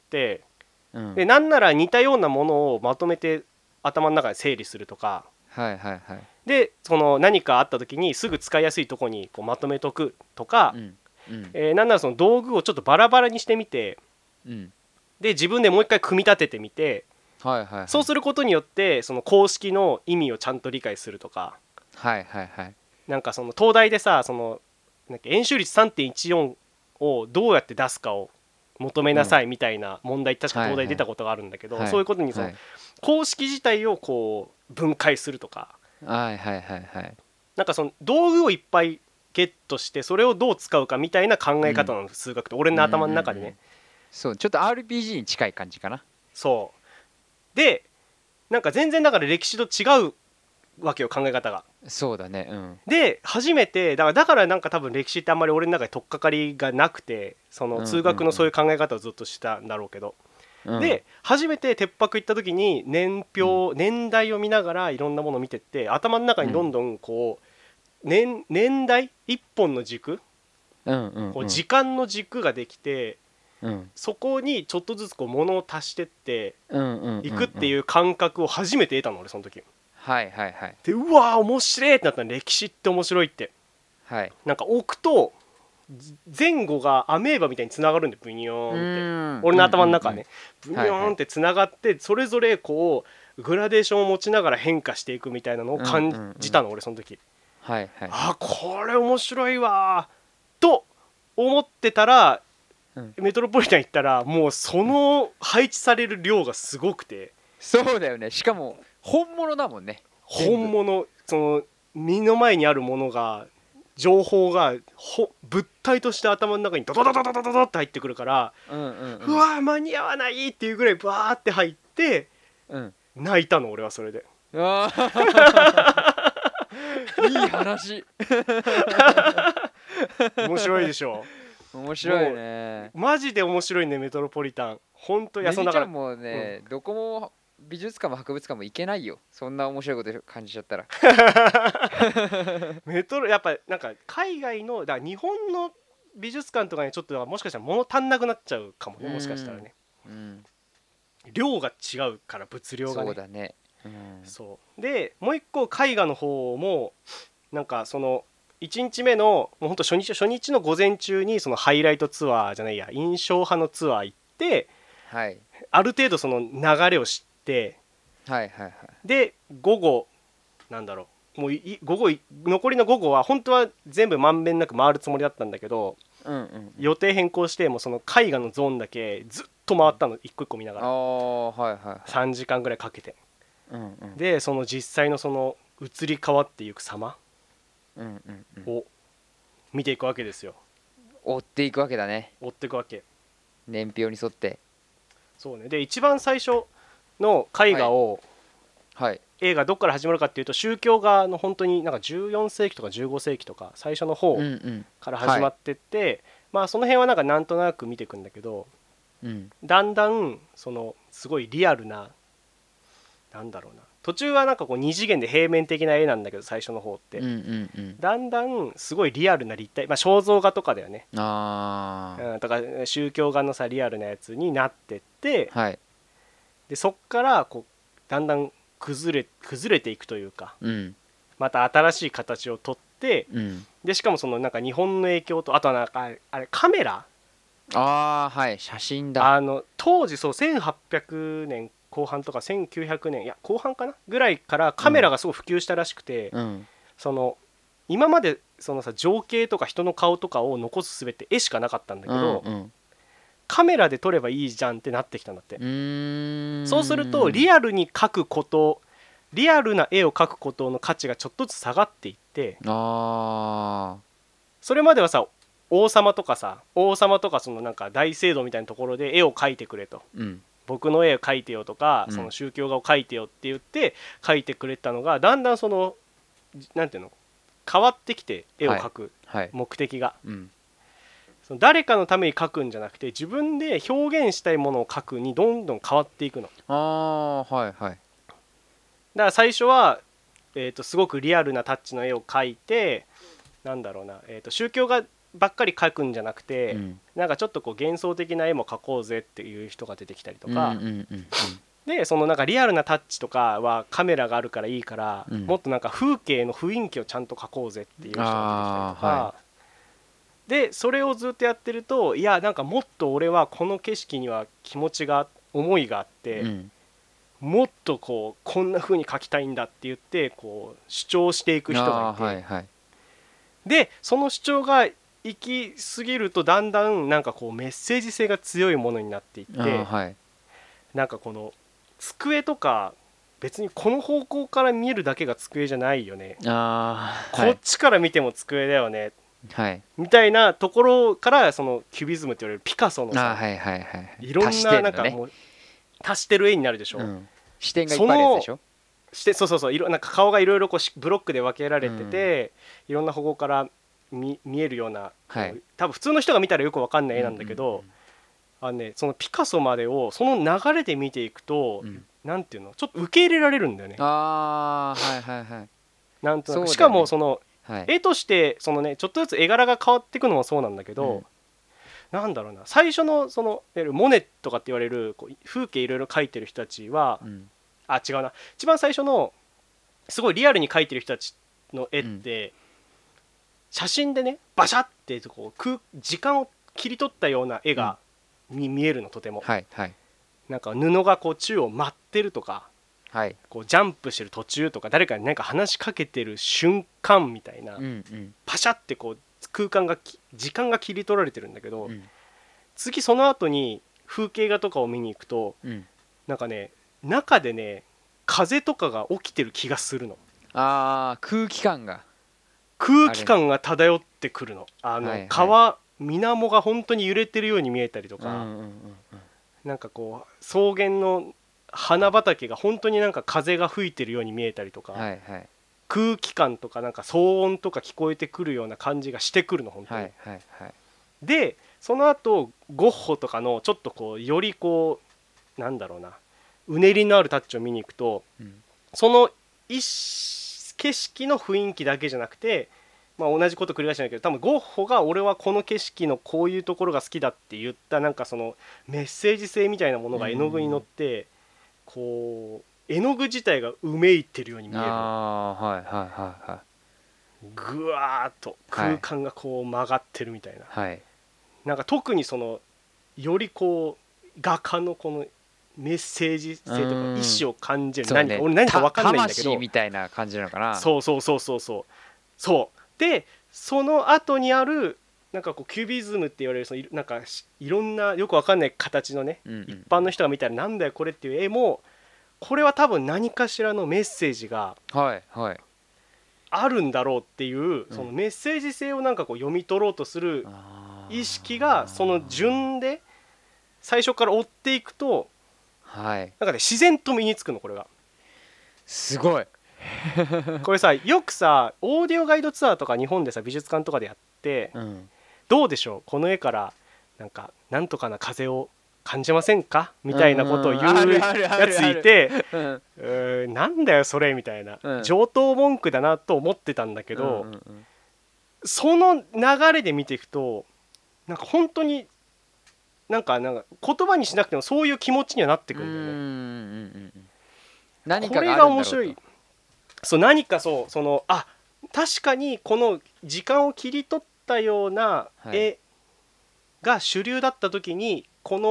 うん。
でなんなら似たようなものをまとめて頭の中で整理するとか、
はいはいはい。
でその何かあった時にすぐ使いやすいとこにこうまとめとくとか、
うん。うん。
なんならその道具をちょっとバラバラにしてみて、
うん。
で自分でもう一回組み立ててみて、
はいはいはい。
そうすることによってその公式の意味をちゃんと理解するとか、
はいはいはい。
なんかその東大でさ、そのなんか円周率 3.14 をどうやって出すかを求め
うん。
なさいみたいな問題確か東大出
はいはい。
たことがあるんだけど、
はい
そういうことにその
はい。
公式自体をこう分解するとか、
はいはいはいはい。
なんかその道具をいっぱいゲットしてそれをどう使うかみたいな考
うん。
え方なの、数学って俺
うんうんう
の頭の中でね。
ん。そう、ちょっと RPG に近い感じかな。
そうで、なんか全然だから歴史と違うわけよ、考え方が。
そうだね。うん。
で初めてだからなんか多分歴史ってあんまり俺の中で取っかかりがなくて、その
うん
数学のそういう考え方をずっとしたんだろうけど、
うんうん。
で初めて鉄博行った時に
うん。
年代を見ながらいろんなものを見てって頭の中
うん。
にどんどんこう年代一本の軸、
うんうん
こう
うん。
時間の軸ができて、
うん。
そこにちょっとずつこう物を足してって
うんうん
い
うんうん。
くっていう感覚を初めて得たの俺その時
はいはいはい。
で。うわー面白いってなったの。歴史って面白いって。
はい。
なんか置くと前後がアメーバみたいにつながるんで、ブニョ
う
ーンって。
ーん。
俺の
うんうんうん。
頭の中はね、ブニ
はいはい。
ョーンってつながって、それぞれこうグラデーションを持ちながら変化していくみたいなのを
うん
感
うんうん。
じたの俺その時。
はいはい。
これ面白いわと思ってたら、
うん。
メトロポリタン行ったらもうそ
うん。
の配置される量がすごくて、
そうだよね。しかも本物だもんね。全部。
本物、その目の前にあるものが、情報が物体として頭の中にドドドドドドドドって入ってくるから、
うんうんう
う
ん。
わー間に合わないっていうぐらいバーって入って
うん。
泣いたの俺はそれで。
ああ。いい話。
面白いでしょ。
面白い
も
ね。
うマジで面白いねメトロポリタン。本当。いや
ネ
そのだから、
ギちゃんも
うん。
ね、どこも美術館も博物館も行けないよ。そんな面白いこと感じちゃったら。
メトロやっぱなんか海外のだから日本の美術館とかにちょっともしかしたら物足んなくなっちゃうかも
う
ね、もしかしたら
ん。
ね。
うん。
量が違うから物量がね。
そうだね。うん。
そうでもう一個絵画の方もなんかその1日目のもうほんと初日の午前中にそのハイライトツアーじゃないや印象派のツアー行って、
はい。
ある程度その流れを知って、
はいはいはい。
で午後なんだろう、もう午後残りの午後は本当は全部まんべんなく回るつもりだったんだけど、
うんうんうん。
予定変更してもうその絵画のゾーンだけずっと回ったの、一個一個見なが
あ
ら
あ、はいはいはい。
3時間ぐらいかけて。
うんうん
でその実際のその移り変わっていく様
うんうんうん。
を見ていくわけですよ。
追っていくわけだね。
追っていくわけ。
年表に沿って。
そうね。で一番最初の絵
はい。
画を、
はい。
映画どっから始まるかっていうと宗教画の本当になんか14世紀とか15世紀とか最初の方
うんうん。
から始
はい。
まってって、まあその辺はなんかなんとなく見ていくんだけど、
うん。
だんだんそのすごいリアルな、なんだろうな、途中はなんかこう二次元で平面的な絵なんだけど最初の方って
うんうんうん。
だんだんすごいリアルな立体、まあ肖像画とかだよね。
あ
とか宗教画のさリアルなやつになってって、
あ。はい。
でそっからこうだんだん崩れていくというか、
うん。
また新しい形をとって、
うん。
でしかもそのなんか日本の影響と、あとはなんかあれカメラ、
ああ、はい。写真だ。
当時そう1800年後半とか1900年いや後半かなぐらいからカメラがすごい普及したらしくて、その今までそのさ情景とか人の顔とかを残す術って絵しかなかったんだけど、カメラで撮ればいいじゃんってなってきたんだって。そうするとリアルに描くことリアルな絵を描くことの価値がちょっとずつ下がっていって、それまではさ王様とかそのなんか大聖堂みたいなところで絵を描いてくれと、僕の絵を描いてよとか、その宗教画を描いてよって言って描いてくれたのがだんだんそのなんていうの変わってきて、絵を描く目的が、その誰かのために描くんじゃなくて自分で表現したいものを描くにどんどん変わっていくの。だから最初は、すごくリアルなタッチの絵を描いてなんだろうな、宗教画ばっかり描くんじゃなくて、なんかちょっとこう幻想的な絵も描こうぜっていう人が出てきたりとか、でそのなんかリアルなタッチとかはカメラがあるからいいから、もっとなんか風景の雰囲気をちゃんと描こうぜっていう人が出てきたりとか、でそれをずっとやってるといやなんかもっと俺はこの景色には気持ちが思いがあって、もっとこうこんな風に描きたいんだって言ってこう主張していく人がいて、でその主張が行き過ぎるとだんだんなんかこうメッセージ性が強いものになっていって、なんかこの机とか別にこの方向から見えるだけが机じゃないよね、こっちから見ても机だよね、みたいなところからそのキュビズムって言われるピカソのさ、いろんななんかもう足してる絵になるでしょ、
視点がいっぱいあるやつでしょ。
なんか顔がいろいろこうブロックで分けられてて、いろんな方向から見えるような、多分普通の人が見たらよく分かんない絵なんだけど、そのピカソまでをその流れで見ていくと、なんていうのちょっと受け入れられるんだよね。なんとなくしかもその、絵としてそのねちょっとずつ絵柄が変わっていくのもそうなんだけど、なんだろうな最初のそのモネとかって言われるこう風景いろいろ描いてる人たちは、違うな一番最初のすごいリアルに描いてる人たちの絵って、写真でねバシャってこう時間を切り取ったような絵が見えるのとても、なんか布がこう宙を舞ってるとか、こうジャンプしてる途中とか誰かに何か話しかけてる瞬間みたいな、パシャってこう時間が切り取られてるんだけど、次その後に風景画とかを見に行くと、なんかね中でね風とかが起きてる気がするの。
空気感が
漂ってくるの。川水面が本当に揺れてるように見えたりとか、なんかこう草原の花畑が本当になんか風が吹いてるように見えたりとか、空気感とかなんか騒音とか聞こえてくるような感じがしてくるの本当に。でその後ゴッホとかのちょっとこうよりこうなんだろうなうねりのあるタッチを見に行くと、その景色の雰囲気だけじゃなくて、同じこと繰り返してないけど多分ゴッホが俺はこの景色のこういうところが好きだって言ったなんかそのメッセージ性みたいなものが絵の具に乗って、こう絵の具自体がうめいてるように見える。ぐわーっと空間がこう曲がってるみたいな、なんか特にそのよりこう画家のこのメッセージ性とか意思を感じる、俺何か分かんないんだけど
魂みたいな感じなのかな。
そうでその後にあるなんかこうキュビズムって言われるそのなんかいろんなよく分かんない形のね、一般の人が見たらなんだよこれっていう絵もこれは多分何かしらのメッセージがあるんだろうっていう、そのメッセージ性をなんかこう読み取ろうとする意識がその順で最初から追っていくと、なんかね自然と身につくの。これが
すごい
これさよくさオーディオガイドツアーとか日本でさ美術館とかでやって、どうでしょうこの絵からなんかなんとかな風を感じませんかみたいなことを言うやついて、なんだよそれみたいな、上等文句だなと思ってたんだけど、その流れで見ていくとなんか本当になんか言葉にしなくてもそういう気持ちにはなってくるんだよね。これが面白い。何かその確かにこの時間を切り取ったような絵が主流だった時にこの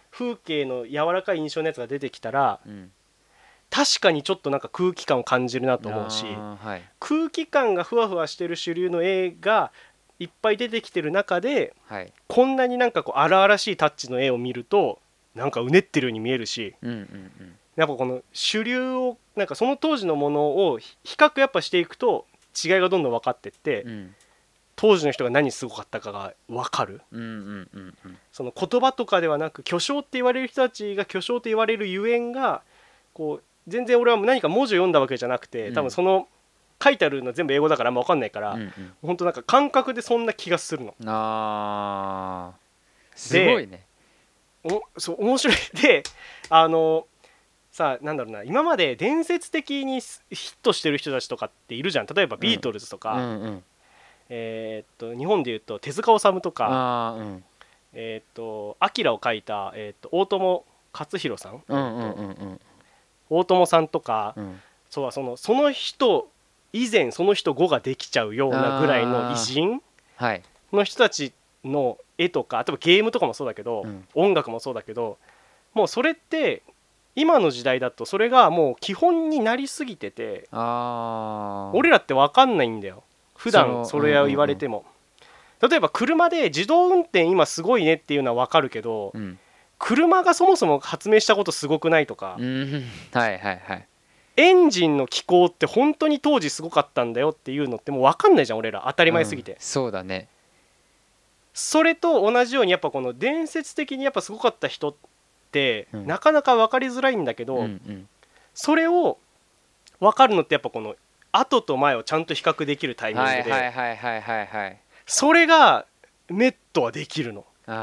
風景の柔らかい印象のやつが出てきたら、
うん、
確かにちょっとなんか空気感を感じるなと思うし、
はい、
空気感がふわふわしてる主流の絵がいっぱい出てきてる中で、
はい、
こんなになんかこう荒々しいタッチの絵を見るとなんかうねってるように見えるし、
うんうんうん、
やっぱこの主流をなんかその当時のものを比較やっぱしていくと違いがどんどん分かってって、
うん、
当時の人が何すごかったかが分かる、
うんうんうんうん、
その言葉とかではなく巨匠って言われる人たちが巨匠と言われるゆえんがこう全然俺は何か文字を読んだわけじゃなくて、多分その書いてあるの全部英語だからあんま分かんないから、
うんうん、
本当なんか感覚でそんな気がするの。
あー、すごいね。
そう面白いで、さあなんだろうな、今まで伝説的にヒットしてる人たちとかっているじゃん。例えばビートルズとか、
うんうん、
日本でいうと手塚治虫とか、
あー、うん、
アキラを描いた、大友克洋さん、
うんうんうんうん、
大友さんとか、
うん、
そうその人以前その人後ができちゃうようなぐらいの偉人の人たちの絵とか、例えばゲームとかもそうだけど、音楽もそうだけど、もうそれって今の時代だとそれがもう基本になりすぎてて、俺らって分かんないんだよ普段それを言われても。例えば車で自動運転今すごいねっていうのは分かるけど、車がそもそも発明したことすごくないとか、
はいはいはい、
エンジンの機構って本当に当時すごかったんだよっていうのってもう分かんないじゃん俺ら、当たり前すぎて、
そうだね。
それと同じようにやっぱこの伝説的にやっぱすごかった人ってなかなか分かりづらいんだけど、それを分かるのってやっぱこの後と前をちゃんと比較できるタイミングで、それがネットはできるの。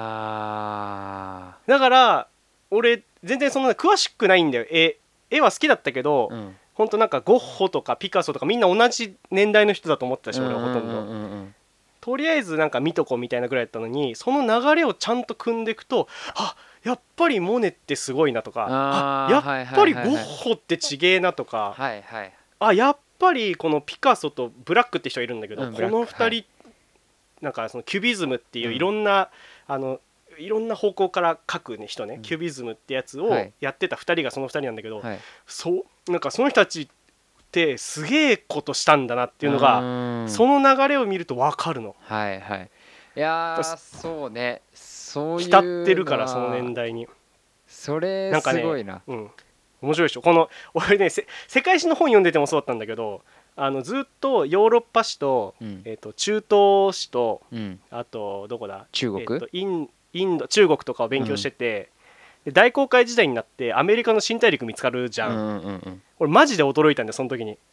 だから俺全然そんな詳しくないんだよ。絵は好きだったけど、ほんとなんかゴッホとかピカソとかみんな同じ年代の人だと思ってたし、俺はほとんどとりあえずなんか見とこみたいなぐらいだったのに、その流れをちゃんと組んでいくと、あ、やっぱりモネってすごいなとか、やっぱりゴッホってちげえなとか、やっぱりこのピカソとブラックって人がいるんだけど、この2人なんかそのキュビズムっていういろんな、いろんな方向から描く、ね、人ね、キュビズムってやつをやってた2人がその2人なんだけど、なんかその人たちってすげえことしたんだなっていうのが、その流れを見ると分かるの。
はいはい、いやそうね、そういう
浸ってるからその年代に。
それすごいな。
面白いでしょ。この俺ね、世界史の本読んでてもそうだったんだけど、ずっとヨーロッパ史と、中東史と、あとどこだ、
中国、
インド、中国とかを勉強してて、で大航海時代になってアメリカの新大陸見つかるじゃん。俺マジで驚いたんだよその時に。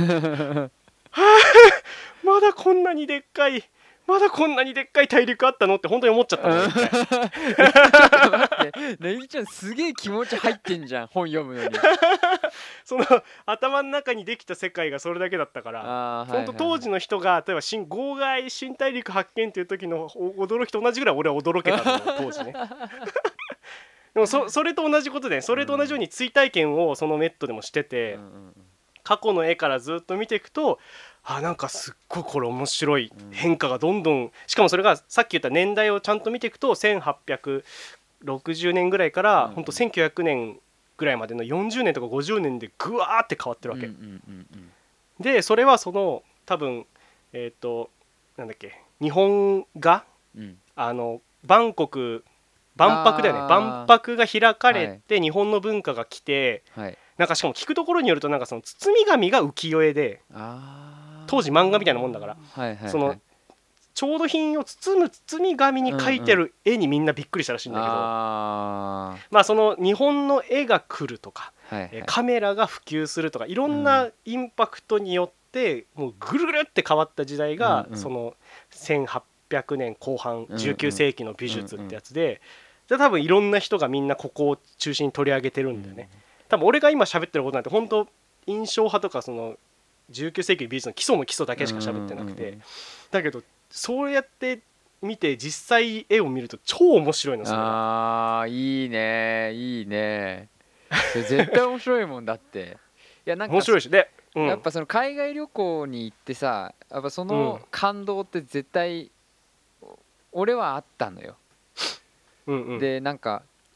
まだこんなにでっかい大陸あったのって本当に思っちゃったの。
ネギちゃんすげえ気持ち入ってんじゃん本読むのに。
その頭の中にできた世界がそれだけだったから、本当当時の人が例えば号外新大陸発見っていう時の驚きと同じぐらい俺は驚けたの当時ね。でもそれと同じことで、それと同じように追体験をそのネットでもしてて、過去の絵からずっと見ていくと、なんかすっごいこれ面白い変化がどんどん、しかもそれがさっき言った年代をちゃんと見ていくと1860年ぐらいから本当1900年ぐらいまでの40年とか50年でぐわーって変わってるわけで、それはその多分なんだっけ、日本が万博だよね、万博が開かれて日本の文化が来て、なんかしかも聞くところによるとなんかその包み紙が浮世絵で、当時漫画みたいなもんだから、その調度品を包む包み紙に描いてる絵にみんなびっくりしたらしいんだけど、まあその日本の絵が来るとか、カメラが普及するとかいろんなインパクトによってもうぐるぐるって変わった時代がその1800年後半19世紀の美術ってやつで、多分いろんな人がみんなここを中心に取り上げてるんだよね。多分俺が今喋ってることなんて本当印象派とかその19世紀美術の基礎だけしか喋ってなくて、だけどそうやって見て実際絵を見ると超面白いの。それ
いいねいいね、それ絶対面白いもんだって。いやなんか
面白いしで、
やっぱその海外旅行に行ってさ、やっぱその感動って絶対俺はあったのよ。でなんか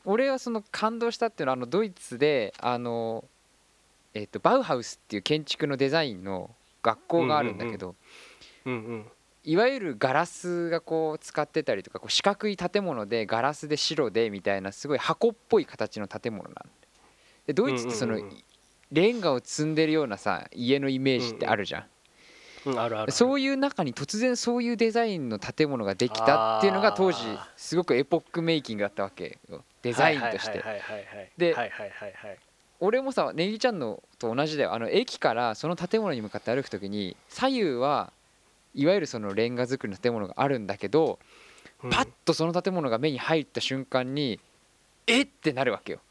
俺はその感動したっていうのはドイツでバウハウスっていう建築のデザインの学校があるんだけど、いわゆるガラスがこう使ってたりとか、こう四角い建物でガラスで白でみたいなすごい箱っぽい形の建物なんで、ドイツってそのレンガを積んでるようなさ家のイメージってあるじゃん。
あるある。
そういう中に突然そういうデザインの建物ができたっていうのが当時すごくエポックメイキングだったわけよ、デザインとして。で俺もさネギちゃんのと同じだよ。駅からその建物に向かって歩くときに左右はいわゆるそのレンガ造りの建物があるんだけど、パッとその建物が目に入った瞬間にえってなるわけよ。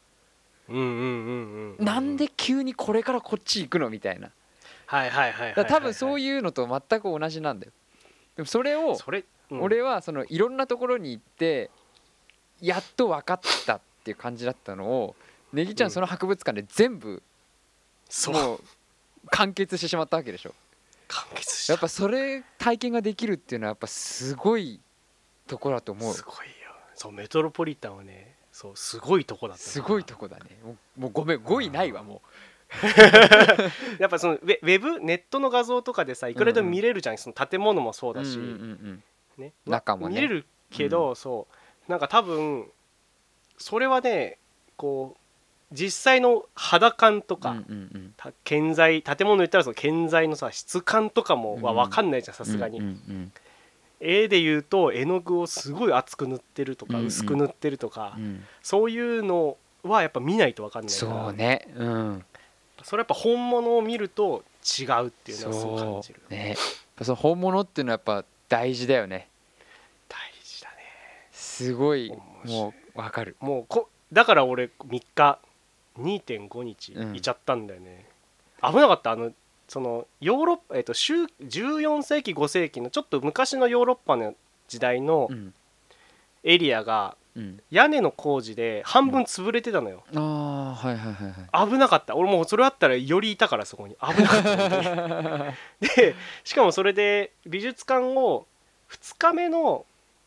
なんで急にこれからこっち行くのみたいな。多分そういうのと全く同じなんだよ。でもそれを俺はそのいろんなところに行ってやっと分かったっていう感じだったのを、ネギちゃんその博物館で全部もう完結してしまったわけでしょ。
完結した。
やっぱそれ体験ができるっていうのはやっぱすごいとこだと思う。
すごいよ。そうメトロポリタンはね、そうすごいとこだった。
すごいとこだね。もうごめん5位ないわもう。
やっぱそのウェブネットの画像とかでさいくらでも見れるじゃん、その建物もそうだし、
ね、中もね
見れるけど、そうなんか多分それはねこう実際の肌感とか、建材建物言ったらその建材のさ質感とかもは分かんないじゃんさすがに。絵で言うと絵の具をすごい厚く塗ってるとか薄く塗ってるとか、そういうのはやっぱ見ないと分かんないから。
そうね、
それやっぱ本物を見ると違うっていうのはすごく感じる
ね。その本物っていうのはやっぱ大事だよね。
大事だね。
すごいもう分かる。
もうだから俺3日 2.5 日いちゃったんだよね、危なかった。そのヨーロッパ、14世紀5世紀のちょっと昔のヨーロッパの時代のエリアが屋根の工事で半分潰れてたのよ。危なかった。俺もうそれあったらよりいたからそこに危なかったでしかもそれで美術館を2日目の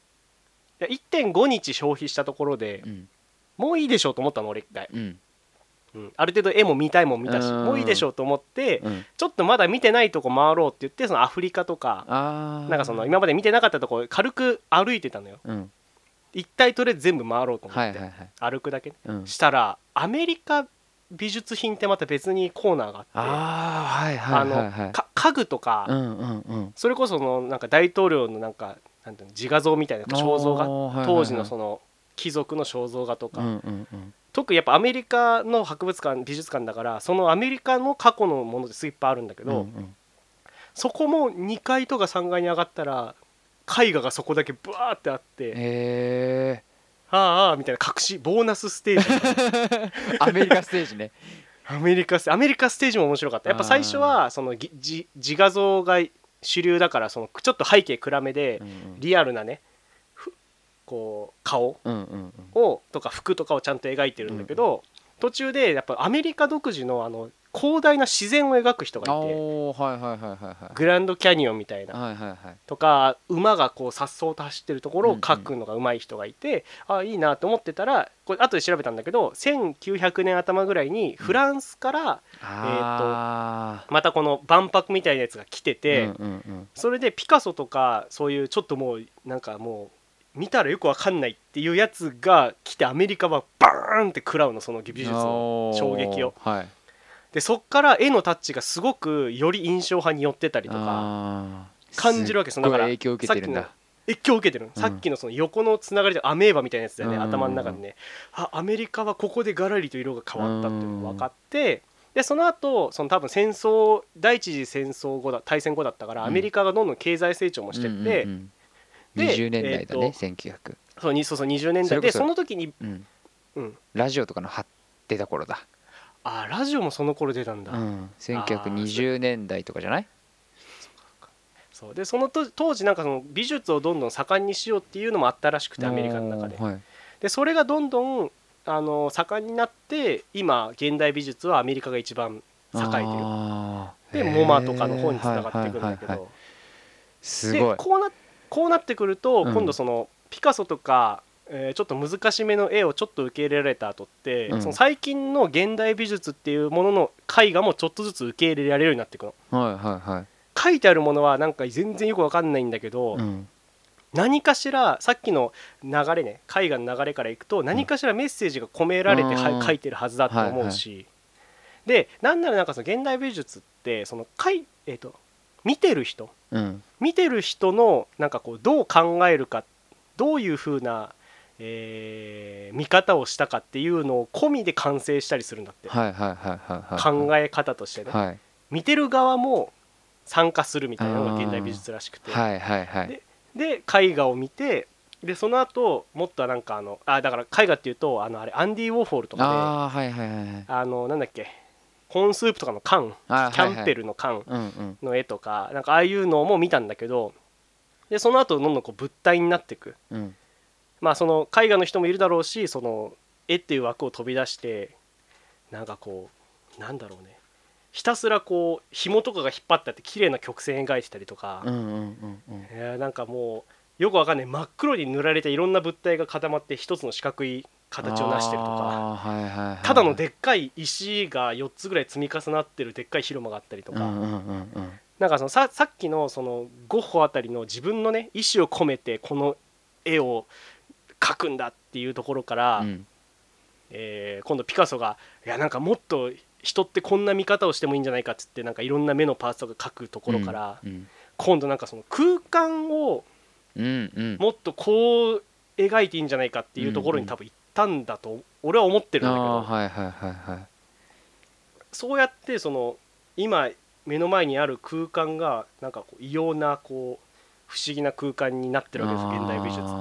1.5 日消費したところで、もういいでしょうと思ったの俺一回、ある程度絵も見たいもん見たし、もういいでしょうと思って、ちょっとまだ見てないとこ回ろうって言って、そのアフリカとかなんかその今まで見てなかったとこ軽く歩いてたのよ、一体とりあえず全部回ろうと思って、歩くだけ、したらアメリカ美術品ってまた別にコーナーがあって、家具とか、それこそのなんか大統領のなんかなんていうの自画像みたいな肖像画、当時のその貴族の肖像画とか、特にやっぱアメリカの博物館美術館だから、そのアメリカの過去のものですごいいっぱいあるんだけど、そこも2階とか3階に上がったら絵画がそこだけブワーってあって、ああみたいな隠しボーナスステージ
アメリカステージね。
アメリカステージも面白かった。やっぱ最初はその自画像が主流だから、そのちょっと背景暗めでリアルなね、こう顔をとか服とかをちゃんと描いてるんだけど、途中でやっぱアメリカ独自の広大な自然を描く人がいて、グランドキャニオンみたいなとか、馬がこう颯爽と走ってるところを描くのが上手い人がいて、いいなと思ってたら、これ後で調べたんだけど1900年頭ぐらいにフランスからまたこの万博みたいなやつが来てて、それでピカソとかそういうちょっともうなんかもう見たらよくわかんないっていうやつが来て、アメリカはバーンって食らうの、その美術の衝撃を。でそっから絵のタッチがすごくより印象派に寄ってたりとか感じるわけ。そのだから
影響を受けてるんだ。
影響を受けてる、さっきのその横のつながりでアメーバみたいなやつだよね、頭の中でね。アメリカはここでガラリと色が変わったっていうのが分かって、でその後その多分第一次戦争後大戦後だったから、アメリカがどんどん経済成長もしてって、
20年代だね、1900。
そう20年代で、その時に
ラジオとかの張ってた頃だ。
ラジオもその頃出たんだ。
1920年代とかじゃない？
そうでその当時なんかその美術をどんどん盛んにしようっていうのもあったらしくて、アメリカの中で。でそれがどんどん盛んになって、今現代美術はアメリカが一番栄えてる。でモマとかの方につながっていくんだけど、
すごい。
こうなってくると、今度そのピカソとかちょっと難しめの絵をちょっと受け入れられた後って、その最近の現代美術っていうものの絵画もちょっとずつ受け入れられるようになっていくの。
はいはいはい。
書いてあるものはなんか全然よく分かんないんだけど、何かしらさっきの流れね、絵画の流れからいくと何かしらメッセージが込められて書いてるはずだと思うし、でなんならなんかその現代美術ってその見てる人のなんかこうどう考えるか、どういう風な見方をしたかっていうのを込みで完成したりするんだって。考え方としてね、見てる側も参加するみたいなのが現代美術らしくて、で絵画を見て、でその後もっとなんかだから絵画っていうとあれアンディ・ウォーホールとかで、なんだっけ、コーンスープとかの缶、キャンペルの缶の絵とか、なんかああいうのも見たんだけど、でその後どんどんこう物体になっていく、まあその絵画の人もいるだろうし、その絵っていう枠を飛び出してなんかこうなんだろうね、ひたすらこう紐とかが引っ張ってあって綺麗な曲線描いてたりとか、なんかもうよくわかんない真っ黒に塗られたいろんな物体が固まって一つの四角い形を成してるとか、ただのでっかい石が4つぐらい積み重なってるでっかい広間があったりとか、なんかそのさっきのそのゴッホあたりの自分のね意思を込めてこの絵を描くんだっていうところから、今度ピカソがいやなんかもっと人ってこんな見方をしてもいいんじゃないかっつって、なんかいろんな目のパーツとか描くところから、今度なんかその空間をもっとこう描いていいんじゃないかっていうところに多分行ったんだと俺は思ってるんだけど、そうやってその今目の前にある空間がなんかこう異様なこう不思議な空間になってるわけです現代美術って。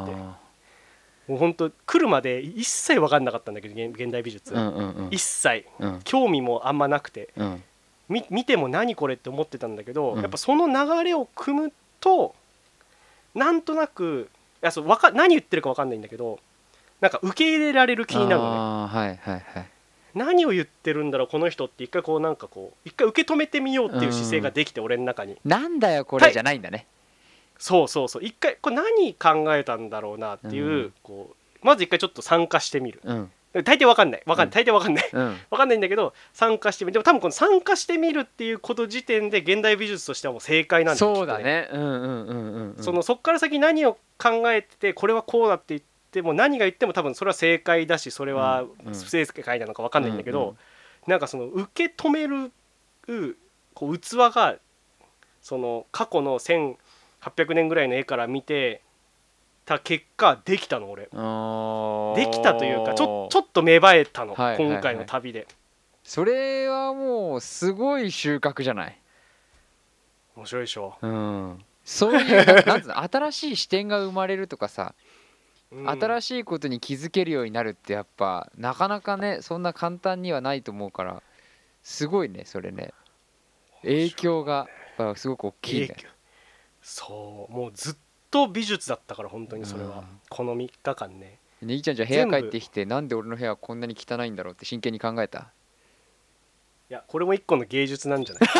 もう本当来るまで一切分かんなかったんだけど現代美術、一切、興味もあんまなくて、見ても何これって思ってたんだけど、やっぱその流れを組むとなんとなく何言ってるか分かんないんだけど、なんか受け入れられる気になるのね。何を言ってるんだろうこの人って一回こうなんかこう一回受け止めてみようっていう姿勢ができて、俺の中に
なんだよこれじゃないんだね。
そう一回これ何考えたんだろうなっていう、こうまず一回ちょっと参加してみる、大抵わかんない大抵わかんないわかんないんだけど参加してみる。でも多分この参加してみるっていうこと時点で現代美術としてはもう正解なんだよ。
そうだね。
そっから先何を考えててこれはこうだって言っても何が言っても多分それは正解だし、それは不正解なのかわかんないんだけど、なんかその受け止めるこう器がその過去の1800年ぐらいの絵から見てた結果できたの俺。できたというかちょっと芽生えたの、今回の旅で。
それはもうすごい収穫じゃない。
面白いでしょ。
そういうなんつうの新しい視点が生まれるとかさ、新しいことに気づけるようになるってやっぱなかなかねそんな簡単にはないと思うから、すごいねそれね。影響がすごく大きいね。
そうもうずっと美術だったから本当にそれは、この3日間ね。
ねぎちゃんじゃあ部屋帰ってきてなんで俺の部屋はこんなに汚いんだろうって真剣に考えた？
いやこれも一個の芸術なんじゃない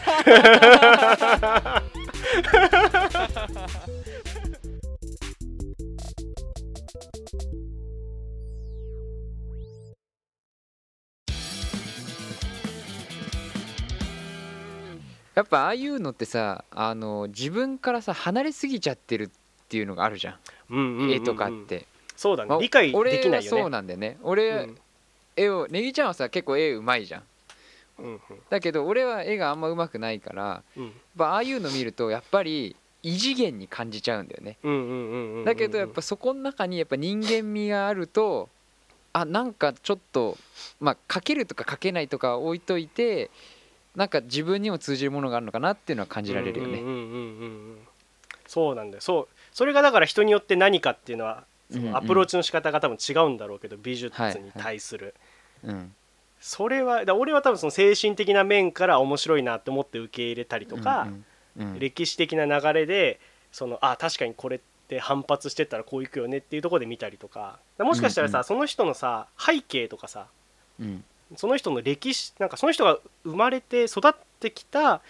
やっぱああいうのってさ自分からさ離れすぎちゃってるっていうのがあるじゃん、絵とかって。
そうだね、理解できないよね。
俺はそうなんだよね。俺、絵をねぎちゃんはさ結構絵うまいじゃん、だけど俺は絵があんまうまくないから、ああいうの見るとやっぱり異次元に感じちゃうんだよね。だけどやっぱそこの中にやっぱ人間味があるとなんかちょっと描けるとか描けないとか置いといてなんか自分にも通じるものがあるのかなっていうのは感じられるよね。
そうなんだよ。それがだから人によって何かっていうのはそのアプローチの仕方が多分違うんだろうけど、美術に対する、それは俺は多分その精神的な面から面白いなって思って受け入れたりとか、歴史的な流れで確かにこれって反発してったらこういくよねっていうところで見たりとか、もしかしたらさ、その人のさ背景とかさ、その人の歴史なんかその人が生まれて育ってきた、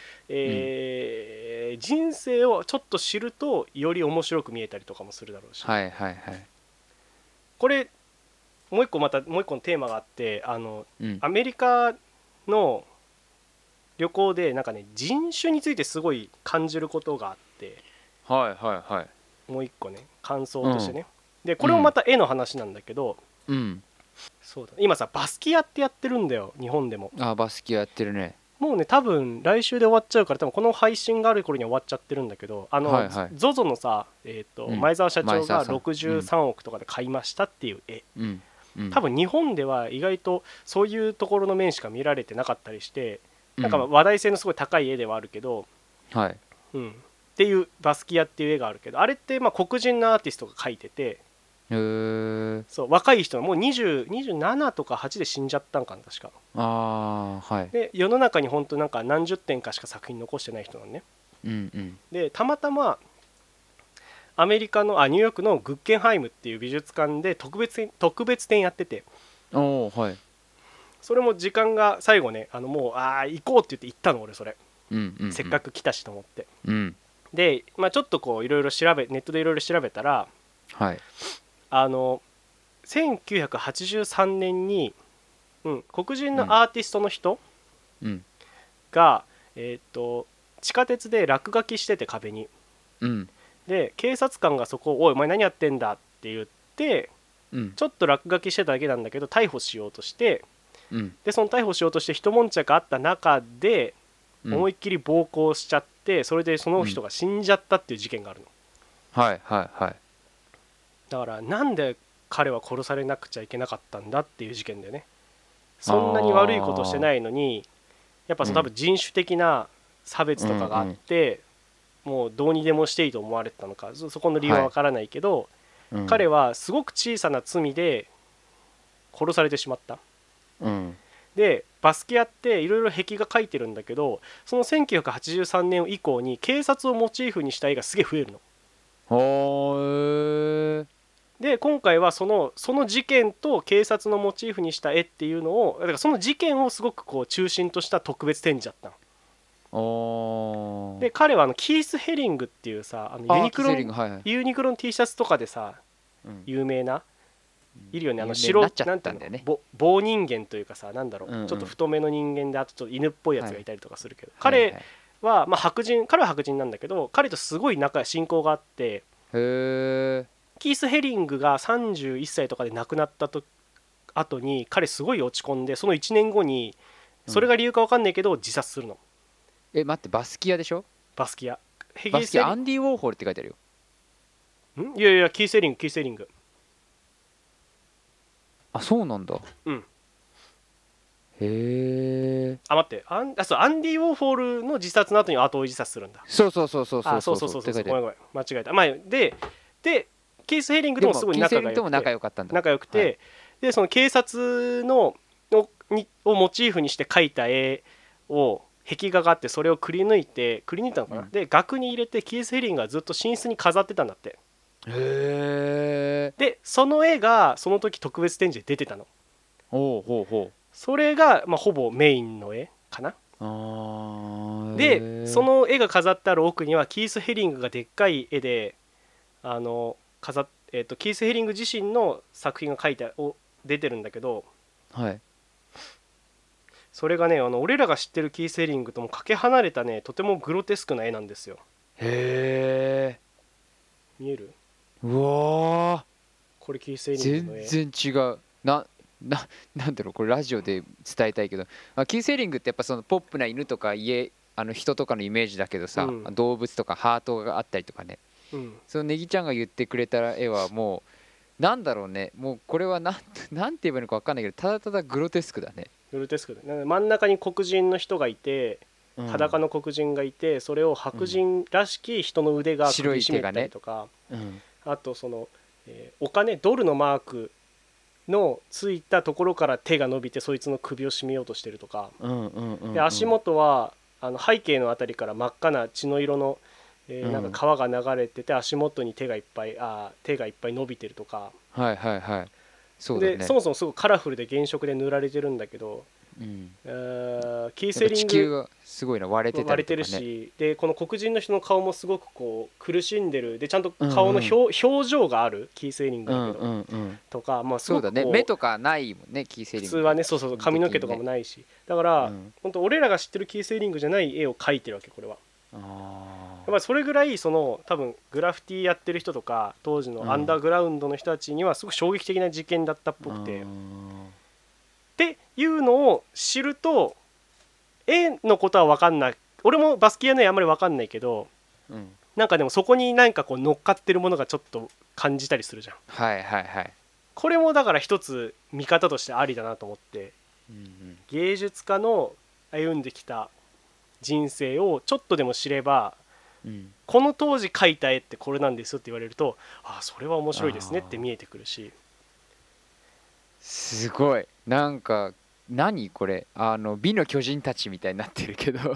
人生をちょっと知るとより面白く見えたりとかもするだろうし、 これもう一個のテーマがあって、
うん、
アメリカの旅行でなんかね、人種についてすごい感じることがあって、
はいはいはい。
もう一個ね感想としてね、でこれもま
うん
た絵の話なんだけど、
うん。
そうだ今さバスキアってやってるんだよ日本でも。
あ、バスキアやってるね。
もうね多分来週で終わっちゃうから、多分この配信がある頃には終わっちゃってるんだけど、
はいはい。
ZOZO のさ、
うん。
前澤社長が
前澤さん。うん。
63億とかで買いましたっていう絵。
うんうん。
多分日本では意外とそういうところの面しか見られてなかったりして、なんかまあ
うん。
話題性のすごい高い絵ではあるけど、
はい。
っていうバスキアっていう絵があるけど、あれってまあ黒人のアーティストが描いてて、
へえ。
そう若い人のもう27とか8で死んじゃったんかな確か。
ああ、はい。
で世の中に本当なんか何十点かしか作品残してない人なのね。
うんうん。
でたまたまニューヨークのグッケンハイムっていう美術館で特別展やってて、
おお、はい。
それも時間が最後ね、もう行こうって言って行ったの俺それ、
うんうんうん。
せっかく来たしと思って。
うん。
で、まあ、ちょっとこういろいろネットでいろいろ調べたら、
はい。
あの1983年に、黒人
うん
のアーティストの人
うん
が、地下鉄で落書きしてて壁に。
うん
で警察官がそこを「おいお前何やってんだ」って言って、
うん
ちょっと落書きしてただけなんだけど逮捕しようとして、
うん。
でその逮捕しようとして一悶着あった中で思いっきり暴行しちゃって、それでその人が死んじゃったっていう事件があるの。
はいはいはい。
だからなんで彼は殺されなくちゃいけなかったんだっていう事件だよね。そんなに悪いことして
い。
ないのに、やっぱその多分人種的な差別とかがあって、もうどうにでもしていいと思われてたのか、そこの理由は分からないけど、彼はすごく小さな罪で殺されてしまった。でバスキアっていろいろ壁画描いてるんだけど、その1983年以降に警察をモチーフにした絵がすげえ増えるの。で今回はその事件と警察のモチーフにした絵っていうのを、だからその事件をすごくこう中心とした特別展示だったの。で彼はキース・ヘリングっていうさ、ユニクロの T シャツとかでさ、有名ないるよね、白なんていうの、棒人間というかさ、なんだろう、ちょっと太めの人間で、あとちょっと犬っぽいやつがいたりとかするけど、彼はまあ白人なんだけど、彼とすごい親交があって、キース・ヘリングが31歳とかで亡くなった後に彼すごい落ち込んで、その1年後にそれが理由か分かんないけど自殺するの。
待って、バスキアでしょ？
バスキア
アンディ・ウォーホルって書いてある
よ。いやいや、キース・ヘリング。
あ、そうなんだ。
うん。
へえ。
待って、アンディ・ウォーホルの自殺の後に後追い自殺するんだ。
そう
そう、ごめん間違えた。でキース・ヘリングともすごい仲が良くて、仲良くて、でその警察をモチーフにして描いた絵を壁画があって、それをくり抜いたのかな、で額に入れてキース・ヘリングがずっと寝室に飾ってたんだって。
へえ。で
その絵がその時特別展示で出てたの。それが、まあ、ほぼメインの絵かな。でその絵が飾ってある奥にはキース・ヘリングがでっかい絵でキース・ヘリング自身の作品が出てるんだけど、それがね、俺らが知ってるキース・ヘリングともかけ離れたね、とてもグロテスクな絵なんですよ。
へえ。
見える？
うわ、
これキース・ヘリングの絵。
全然違う。なんだろう、これラジオで伝えたいけど、キース・ヘリングってやっぱそのポップな犬とか人とかのイメージだけどさ、動物とかハートがあったりとかね、そのネギちゃんが言ってくれた絵はもうなんだろうね、もうこれはなんて言えばいいのか分かんないけど、ただただグロテスクだね。
グロテスクで、真ん中に黒人の人がいて、裸の黒人がいて、それを白人らしき人の腕が首絞めたりとか、あとその、お金ドルのマークのついたところから手が伸びてそいつの首を絞めようとしてるとか、で足元は背景のあたりから真っ赤な血の色の、なんか川が流れてて、足元に手がいっぱい伸びてるとか。
そうだね。
でそもそもすごくカラフルで原色で塗られてるんだけど、
うん、
キーセーリング
地球がすごいな割れてたりとか、ね、
割れてるし、でこの黒人の人の顔もすごくこう苦しんでるで、ちゃんと
うん
顔の
うん、
表情があるキーセーリングだけど、
うんうんうん、
とか、まあ、す
そうだね、
ごくこう
目とかないもんねキーセーリング、
普通はね、そうそうそう、髪の毛とかもないし、だから
うん
本当俺らが知ってるキーセーリングじゃない絵を描いてるわけ、これは。
あ
やっぱりそれぐらいその多分グラフィティやってる人とか当時のアンダーグラウンドの人たちにはすごく衝撃的な事件だったっぽくて、っていうのを知ると絵のことは分かんない、俺もバスキアの絵あんまり分かんないけど、
うん、
なんかでもそこに何かこう乗っかってるものがちょっと感じたりするじゃん。
はいはいはい、
これもだから一つ見方としてありだなと思って、
うんうん、
芸術家の歩んできた人生をちょっとでも知れば、
うん、
この当時描いた絵ってこれなんですよって言われると、ああそれは面白いですねって見えてくるし。
すごいなんか何これ美の巨人たちみたいになってるけど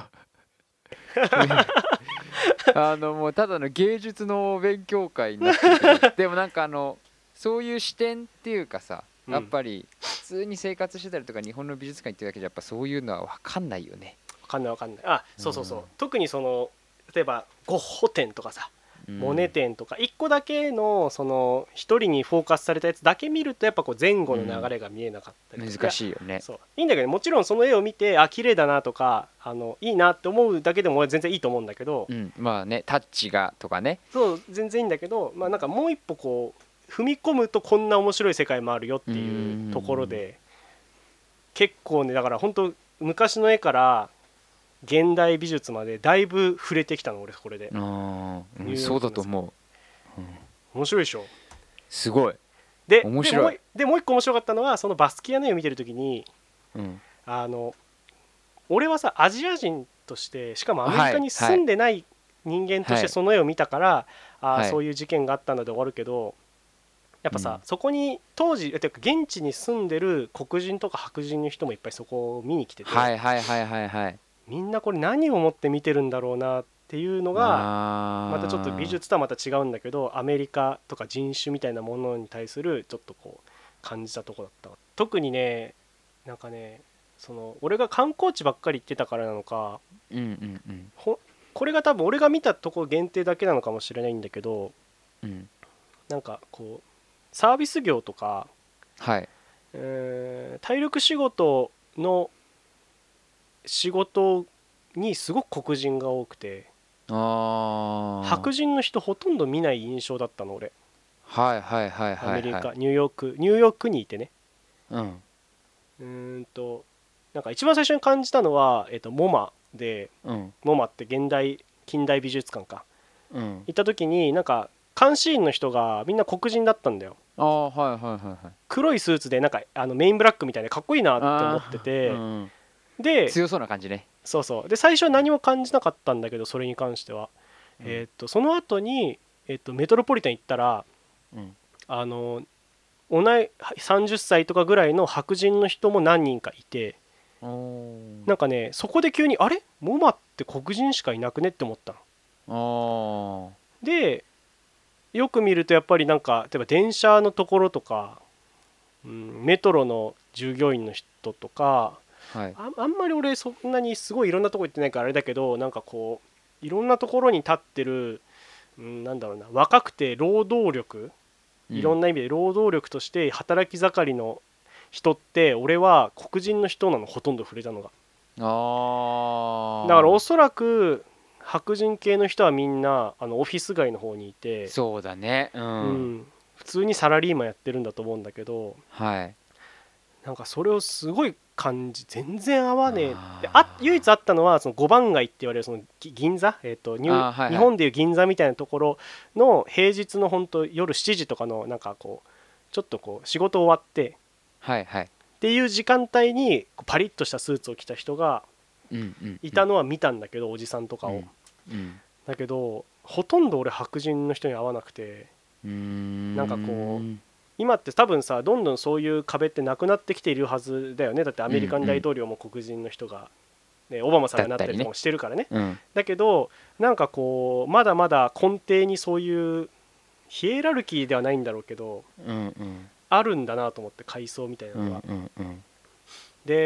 もうただの芸術の勉強会になってるけどでもなんかそういう視点っていうかさ、やっぱり普通に生活してたりとか日本の美術館行ってるだけじゃやっぱそういうのは分かんないよね。
分かんない分かんない。あ、そうそうそう、特にその例えばゴッホ展とかさ、モネ展とか1個だけのその1人にフォーカスされたやつだけ見るとやっぱこう前後の流れが見えなかったりとか、
難しいよね。
そういいんだけど、もちろんその絵を見てあ綺麗だなとかいいなって思うだけでも俺全然いいと思うんだけど、
うん、まあねタッチがとかね、
そう全然いいんだけど、まあなんかもう一歩こう踏み込むとこんな面白い世界もあるよっていうところで、結構ねだから本当昔の絵から現代美術までだいぶ触れてきたの俺これで。
そうだと思う、
面白いでしょ。
すごい
で
面白い。
でもう一個面白かったのはそのバスキアの絵を見てる時に、
うん、
俺はさアジア人としてしかもアメリカに住んでない人間としてその絵を見たから、そういう事件があったんだで終わるけど、やっぱさ、そこに当時現地に住んでる黒人とか白人の人もいっぱいそこを見に来てて、みんなこれ何を思って見てるんだろうなっていうのがまたちょっと美術とはまた違うんだけど、アメリカとか人種みたいなものに対するちょっとこう感じたとこだった。特にね、なんかね、その俺が観光地ばっかり行ってたからなのか、これが多分俺が見たとこ限定だけなのかもしれないんだけど、なんかこうサービス業とか、体力仕事の仕事にすごく黒人が多くて、白人の人ほとんど見ない印象だったの俺。アメリカニューヨークにいてね。なんか一番最初に感じたのは、モマで、モマって近代美術館か、行った時になんか監視員の人がみんな黒人だったんだよ。黒いスーツでなんかメインブラックみたいでかっこいいなって思ってて、で
強そうな感じね。
そうそうで最初は何も感じなかったんだけど、それに関しては、その後にメトロポリタン行ったら、同い30歳とかぐらいの白人の人も何人かいて、なんかねそこで急にあれモマって黒人しかいなくねって思ったの。でよく見るとやっぱりなんか例えば電車のところとか、メトロの従業員の人とか、あんまり俺そんなにすごいいろんなとこ行ってないからあれだけど、なんかこういろんなところに立ってる、なんだろうな、若くて労働力、いろんな意味で労働力として働き盛りの人って俺は黒人の人なの、ほとんど触れたのが。だからおそらく白人系の人はみんなオフィス街の方にいて、
そうだね、
普通にサラリーマンやってるんだと思うんだけど、なんかそれをすごい感じ、全然合わねえで、唯一あったのはその5番街って言われるその銀座、日本でいう銀座みたいなところの平日の本当夜7時とかのなんかこうちょっとこう仕事終わってっていう時間帯にパリッとしたスーツを着た人がいたのは見たんだけど、おじさんとかを、だけどほとんど俺白人の人に会わなくて、なんかこう今って多分さどんどんそういう壁ってなくなってきているはずだよね。だってアメリカン大統領も黒人の人が、オバマさんがなったりとかもしてるからね。だけどなんかこうまだまだ根底にそういうヒエラルキーではないんだろうけど、あるんだなと思って、階層みたいなのが。で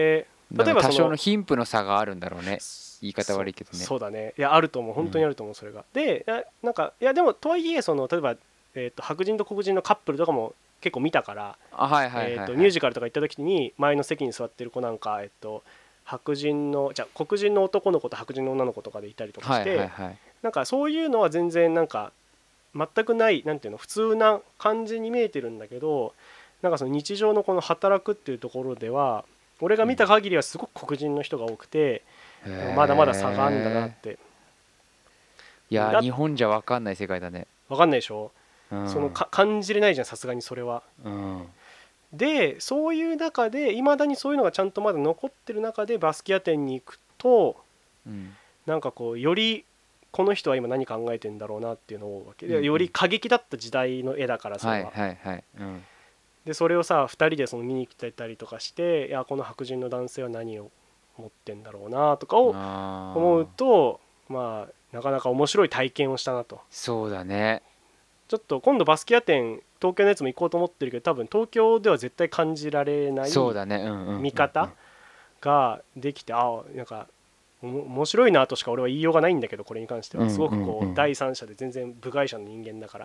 例えば多少の貧富の差があるんだろうね。言い方悪いけどね。
そうだね。いやあると思う、本当にあると思う、それが。でなんかいやでもとはいえその例えば、白人と黒人のカップルとかも結構見たから、ミュージカルとか行った時に前の席に座ってる子なんか、白人の黒人の男の子と白人の女の子とかでいたりとかして、なんかそういうのは全然なんか全くないなんていうの普通な感じに見えてるんだけど、なんかその日常のこの働くっていうところでは俺が見た限りはすごく黒人の人が多くて、まだまだ差があるんだなって。
いや日本じゃ分かんない世界だね。
分かんないでしょ、その感じれないじゃん、さすがにそれは。でそういう中でいまだにそういうのがちゃんとまだ残ってる中でバスキア店に行くと、なんかこうよりこの人は今何考えてんだろうなっていうのを思うわけで、より過激だった時代の絵だからそれは。でそれをさ2人でその見に来てたりとかして、いやこの白人の男性は何を持ってんだろうなとかを思うと、まあなかなか面白い体験をしたなと。
そうだね。
ちょっと今度バスキア店東京のやつも行こうと思ってるけど、多分東京では絶対感じられない見方ができて、なんか面白いなとしか俺は言いようがないんだけど、これに関してはすごくこう第三者で全然部外者の人間だから。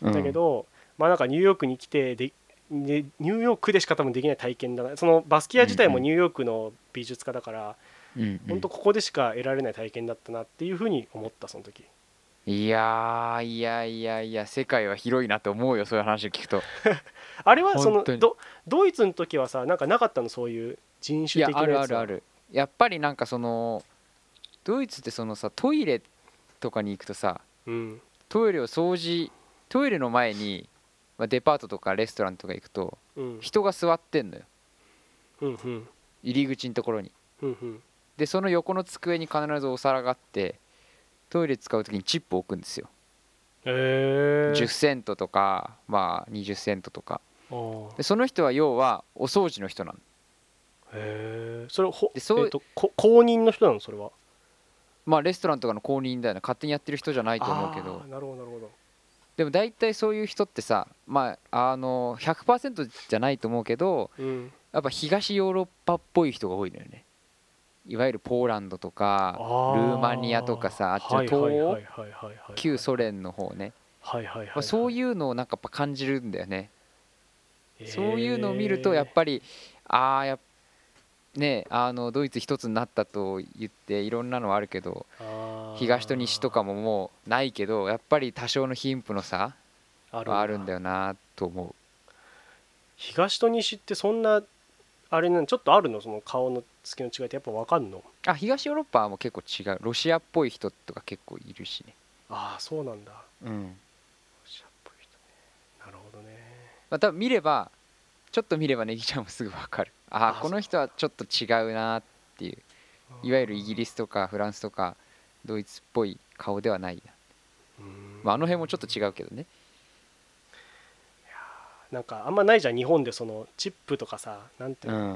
だけどまあなんかニューヨークに来てニューヨークでしか多分できない体験だな。そのバスキア自体もニューヨークの美術家だから、本当ここでしか得られない体験だったなっていうふうに思ったその時。
いや世界は広いなと思うよ、そういう話を聞くと。
あれはそのドイツの時はさ、なんかなかったの、そういう人種的なやつは。
ある。やっぱりなんかそのドイツってそのさ、トイレとかに行くとさ、トイレの前に、デパートとかレストランとか行くと、人が座ってんのよ、入り口のところに。でその横の机に必ずお皿があって、トイレ使う時にチップを置くんですよ。10セントとか、20セントとかで、その人は要はお掃除の人なの。
それ公認の人なのそれは。
レストランとかの公認だよね。勝手にやってる人じゃないと思うけど。
なるほどなるほど。
でも大体そういう人ってさ、100% じゃないと思うけど、やっぱ東ヨーロッパっぽい人が多いのよね。いわゆるポーランドとかルーマニアとかさ、あっちの東欧、旧ソ連の方ね。そういうのをなんかやっぱ感じるんだよね。そういうのを見るとやっぱりドイツ一つになったと言っていろんなのはあるけど、東と西とかももうないけど、やっぱり多少の貧富の差はあるんだよなと思う。
東と西ってそんなあれちょっとあるの、その顔のつきの違いってやっぱ分かんの？
東ヨーロッパはもう結構違う。ロシアっぽい人とか結構いるしね。
そうなんだ。
ロ
シアっぽい人ね。なるほどね。
多分ちょっと見ればネギちゃんもすぐ分かる。この人はちょっと違うなっていう。いわゆるイギリスとかフランスとかドイツっぽい顔ではないな。あの辺もちょっと違うけどね。
なんかあんまないじゃん日本で、そのチップとかさ、なんていうの、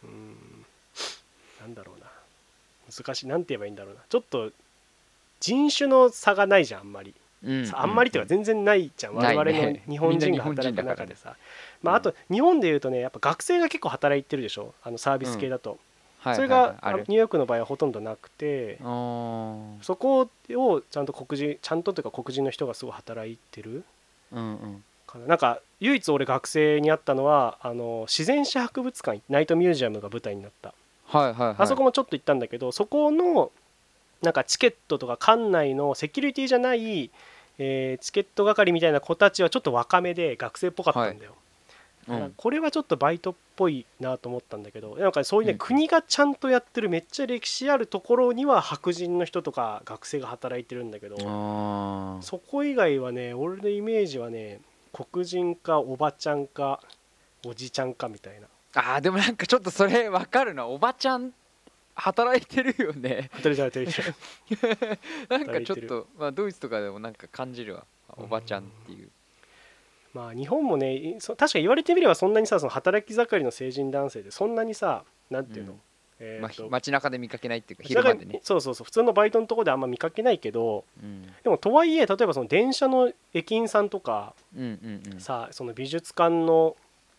なんだろうな、難しい、なんて言えばいいんだろうな、ちょっと人種の差がないじゃんあんまり。あんまりっていうか全然ないじゃん、我々の日本人が働く中でさ。あと日本でいうとね、やっぱ学生が結構働いてるでしょ、サービス系だと。それがニューヨークの場合はほとんどなくて、そこをちゃんとというか黒人の人がすごい働いてる。なんか唯一俺学生に会ったのは自然史博物館、ナイトミュージアムが舞台になった、あそこもちょっと行ったんだけど、そこのなんかチケットとか館内のセキュリティじゃない、チケット係みたいな子たちはちょっと若めで学生っぽかったんだよ。これはちょっとバイトっぽいなと思ったんだけど、なんかそういうね、国がちゃんとやってるめっちゃ歴史あるところには白人の人とか学生が働いてるんだけど、そこ以外はね、俺のイメージはね、黒人かおばちゃんかおじちゃんかみたいな。
でもなんかちょっとそれ分かるな。おばちゃん働いてるよね。
働いてる
なんかちょっとドイツとかでもなんか感じるわ、おばちゃんっていう。
日本もね、確か言われてみればそんなにさ、その働き盛りの成人男性でそんなにさ、なんていうの、
街中で見かけないっていうか、昼間でね。
そう普通のバイトのところであんま見かけないけど、でもとはいえ例えばその電車の駅員さんとか、さ、その美術館の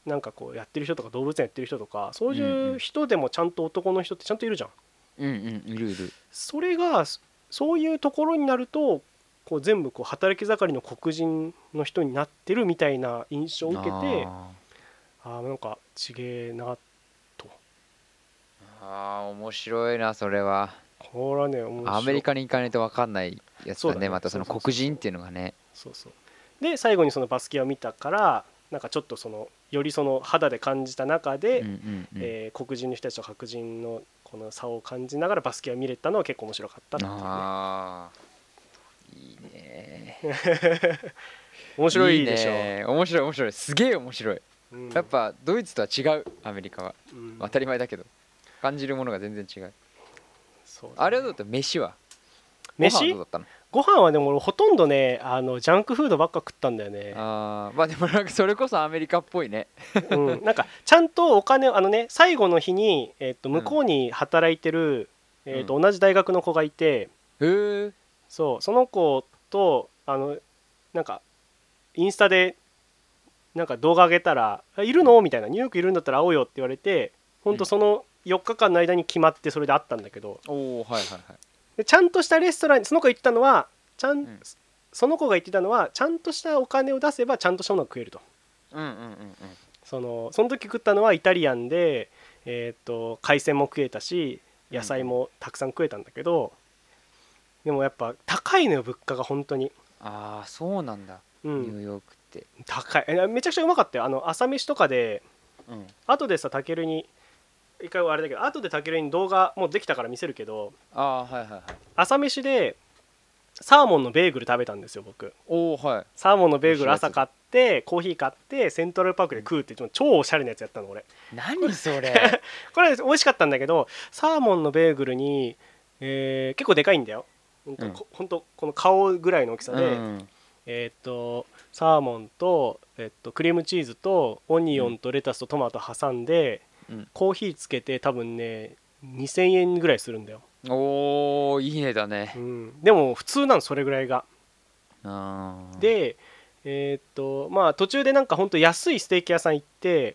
なんかこうやってる人とか動物園やってる人とかそういう人でもちゃんと男の人ってちゃんといるじゃん。
うんうんいるいる。
それがそういうところになるとこう全部こう働き盛りの黒人の人になってるみたいな印象を受けて、なんかちげえなと。
面白いなそれは。
これはね面白い。
アメリカに行かないと分かんないやつだね。またその黒人っていうのがね。
そうそう。で最後にそのバスキアを見たからなんかちょっとそのよりその肌で感じた中で、黒人の人たちと白人のこの差を感じながらバスキアを見れたのは結構面白かったっていうね。
いいね
面白いでしょ。いい
ね、面白い面白い、すげえ面白い、やっぱドイツとは違う。アメリカは、当たり前だけど感じるものが全然違う。そう、ね、あれはどうだった？飯はどうだったの？
ご飯はでも俺ほとんどねジャンクフードばっか食ったんだよね。
まあでもなんかそれこそアメリカっぽいね
なんかちゃんとお金最後の日に、向こうに働いてる、同じ大学の子がいて、その子となんかインスタでなんか動画上げたら「いるの？」みたいな「ニューヨークいるんだったら会おうよ」って言われて、ほんとその4日間の間に決まってそれで会ったんだけど、でちゃんとしたレストランにその子言ったのはその子が言ってたのはちゃんとしたお金を出せばちゃんとしたものが食えると。その時食ったのはイタリアンで、海鮮も食えたし野菜もたくさん食えたんだけど、でもやっぱ高いのよ物価が本当に。
そうなんだ、ニューヨークって
高い。めちゃくちゃうまかったよ。朝飯とかで、後でさたけるに一回あれだけど後でたけるに動画もうできたから見せるけど、朝飯でサーモンのベーグル食べたんですよ僕。サーモンのベーグル朝買ってコーヒー買ってセントラルパークで食うって超おしゃれなやつやったの俺。
何それ
これ美味しかったんだけど、サーモンのベーグルに、結構でかいんだよ。ほんとこの顔ぐらいの大きさで、サーモンと、クリームチーズとオニオンとレタスとトマト挟んで、コーヒーつけて多分ね2000円ぐらいするんだよ。
いいねだね、
でも普通なのそれぐらいが。でまあ途中でなんかほんと安いステーキ屋さん行って、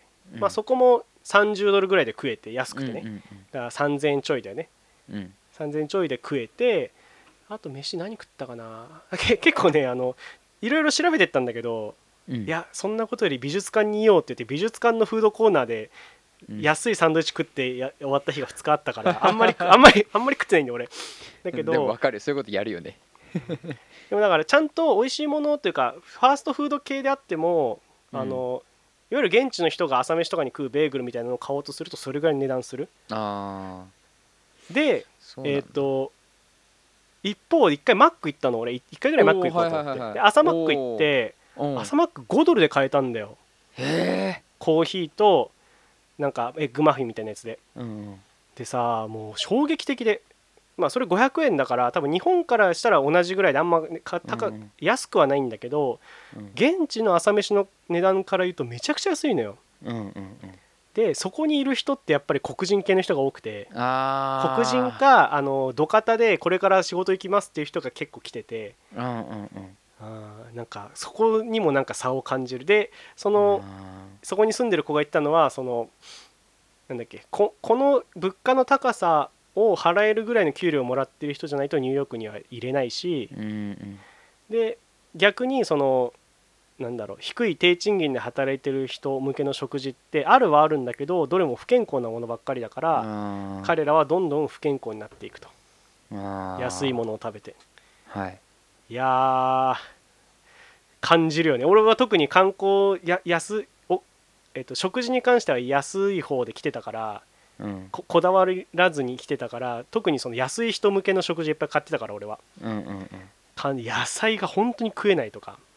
まあそこも30ドルぐらいで食えて安くてね、だから3000円ちょいだよね、3000円ちょいで食えて、あと飯何食ったかな結構ねいろいろ調べてったんだけど、いやそんなことより美術館にいようって言って美術館のフードコーナーで安いサンドイッチ食って終わった日が2日あったからあんまり食ってないんだ俺。だけど
でも分かる、そういうことやるよね
でもだからちゃんと美味しいものっていうかファーストフード系であってもいわゆる現地の人が朝飯とかに食うベーグルみたいなのを買おうとするとそれぐらいの値段する。で一方一回マック行ったの俺1回ぐらいマック行こうと思ってで朝マック行って朝マック5ドルで買えたんだよ。コーヒーとなんかエッグマフィンみたいなやつで、でさもう衝撃的で、まあそれ500円だから多分日本からしたら同じぐらいであんま安くはないんだけど、現地の朝飯の値段から言うとめちゃくちゃ安いのよ。でそこにいる人ってやっぱり黒人系の人が多くて、黒人か土方でこれから仕事行きますっていう人が結構来てて、なんかそこにもなんか差を感じる。でそこに住んでる子が言ったのはなんだっけこの物価の高さを払えるぐらいの給料をもらってる人じゃないとニューヨークには入れないし、で逆になんだろう低い低賃金で働いてる人向けの食事ってあるはあるんだけどどれも不健康なものばっかりだから彼らはどんどん不健康になっていくと。安いものを食べて、いや感じるよね。俺は特に観光食事に関しては安い方で来てたから、こだわらずに来てたから特にその安い人向けの食事いっぱい買ってたから俺は、野菜が本当に食えないとか、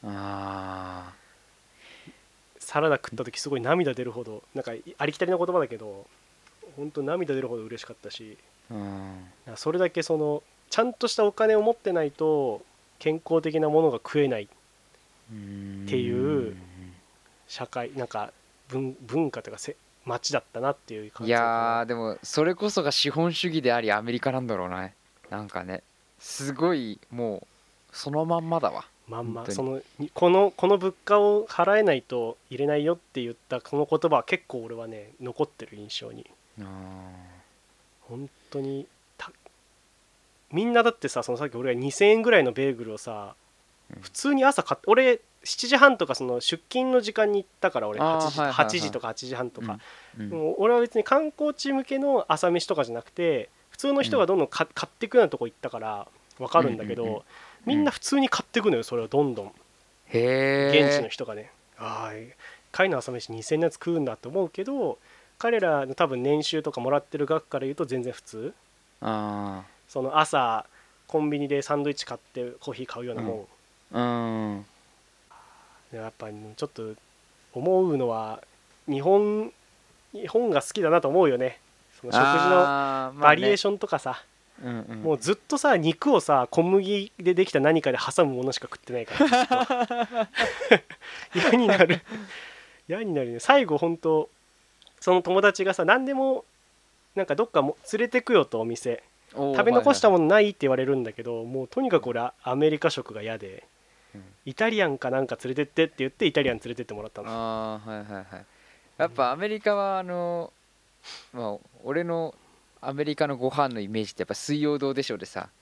サラダ食った時すごい涙出るほどなんかありきたりな言葉だけど本当涙出るほど嬉しかったし、それだけちゃんとしたお金を持ってないと健康的なものが食えないっていう社会なんか文化というか街だったなっていう感じ。
いやでもそれこそが資本主義でありアメリカなんだろうね。なんかねすごいもうそのまんまだわ。
まんまこの物価を払えないと入れないよって言ったこの言葉は結構俺はね残ってる印象に。本当にみんなだってさ、そのさっき俺が2000円ぐらいのベーグルをさ、普通に朝買って、俺7時半とかその出勤の時間に行ったから俺8時とか8時半とか、俺は別に観光地向けの朝飯とかじゃなくて普通の人がどんどん買っていくようなとこ行ったから分かるんだけど、みんな普通に買っていくのよそれをどんどん。現地の人がね、貝の朝飯2000円のやつ食うんだって思うけど、彼らの多分年収とかもらってる額から言うと全然普通。その朝コンビニでサンドイッチ買ってコーヒー買うようなもん。やっぱりちょっと思うのは日本が好きだなと思うよね。その食事のバリエーションとかさ、もうずっとさ肉をさ小麦でできた何かで挟むものしか食ってないから嫌になるね。最後本当その友達がさ何でもなんかどっかも連れてくよとお店食べ残したものないって言われるんだけど、もうとにかく俺はアメリカ食が嫌で、イタリアンかなんか連れてってって言ってイタリアン連れてってもらったの。
やっぱアメリカは俺のアメリカのご飯のイメージってやっぱ水曜どうでしょうでさ、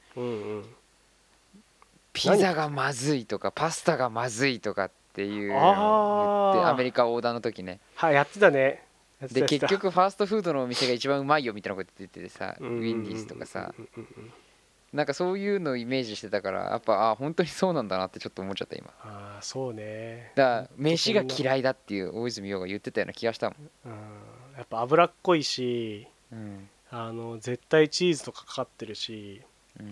ピザがまずいとかパスタがまずいとかっていうのを言ってアメリカ横断の時ね、
やってたね。
で結局ファーストフードのお店が一番うまいよみたいなこと言っててさ、ウィンディーズとかさ、なんかそういうのをイメージしてたから、やっぱ本当にそうなんだなってちょっと思っちゃった今。
そうね。
だから飯が嫌いだっていう大泉洋が言ってたような気がしたもん。
やっぱ脂っこいし、絶対チーズとかかかってるし、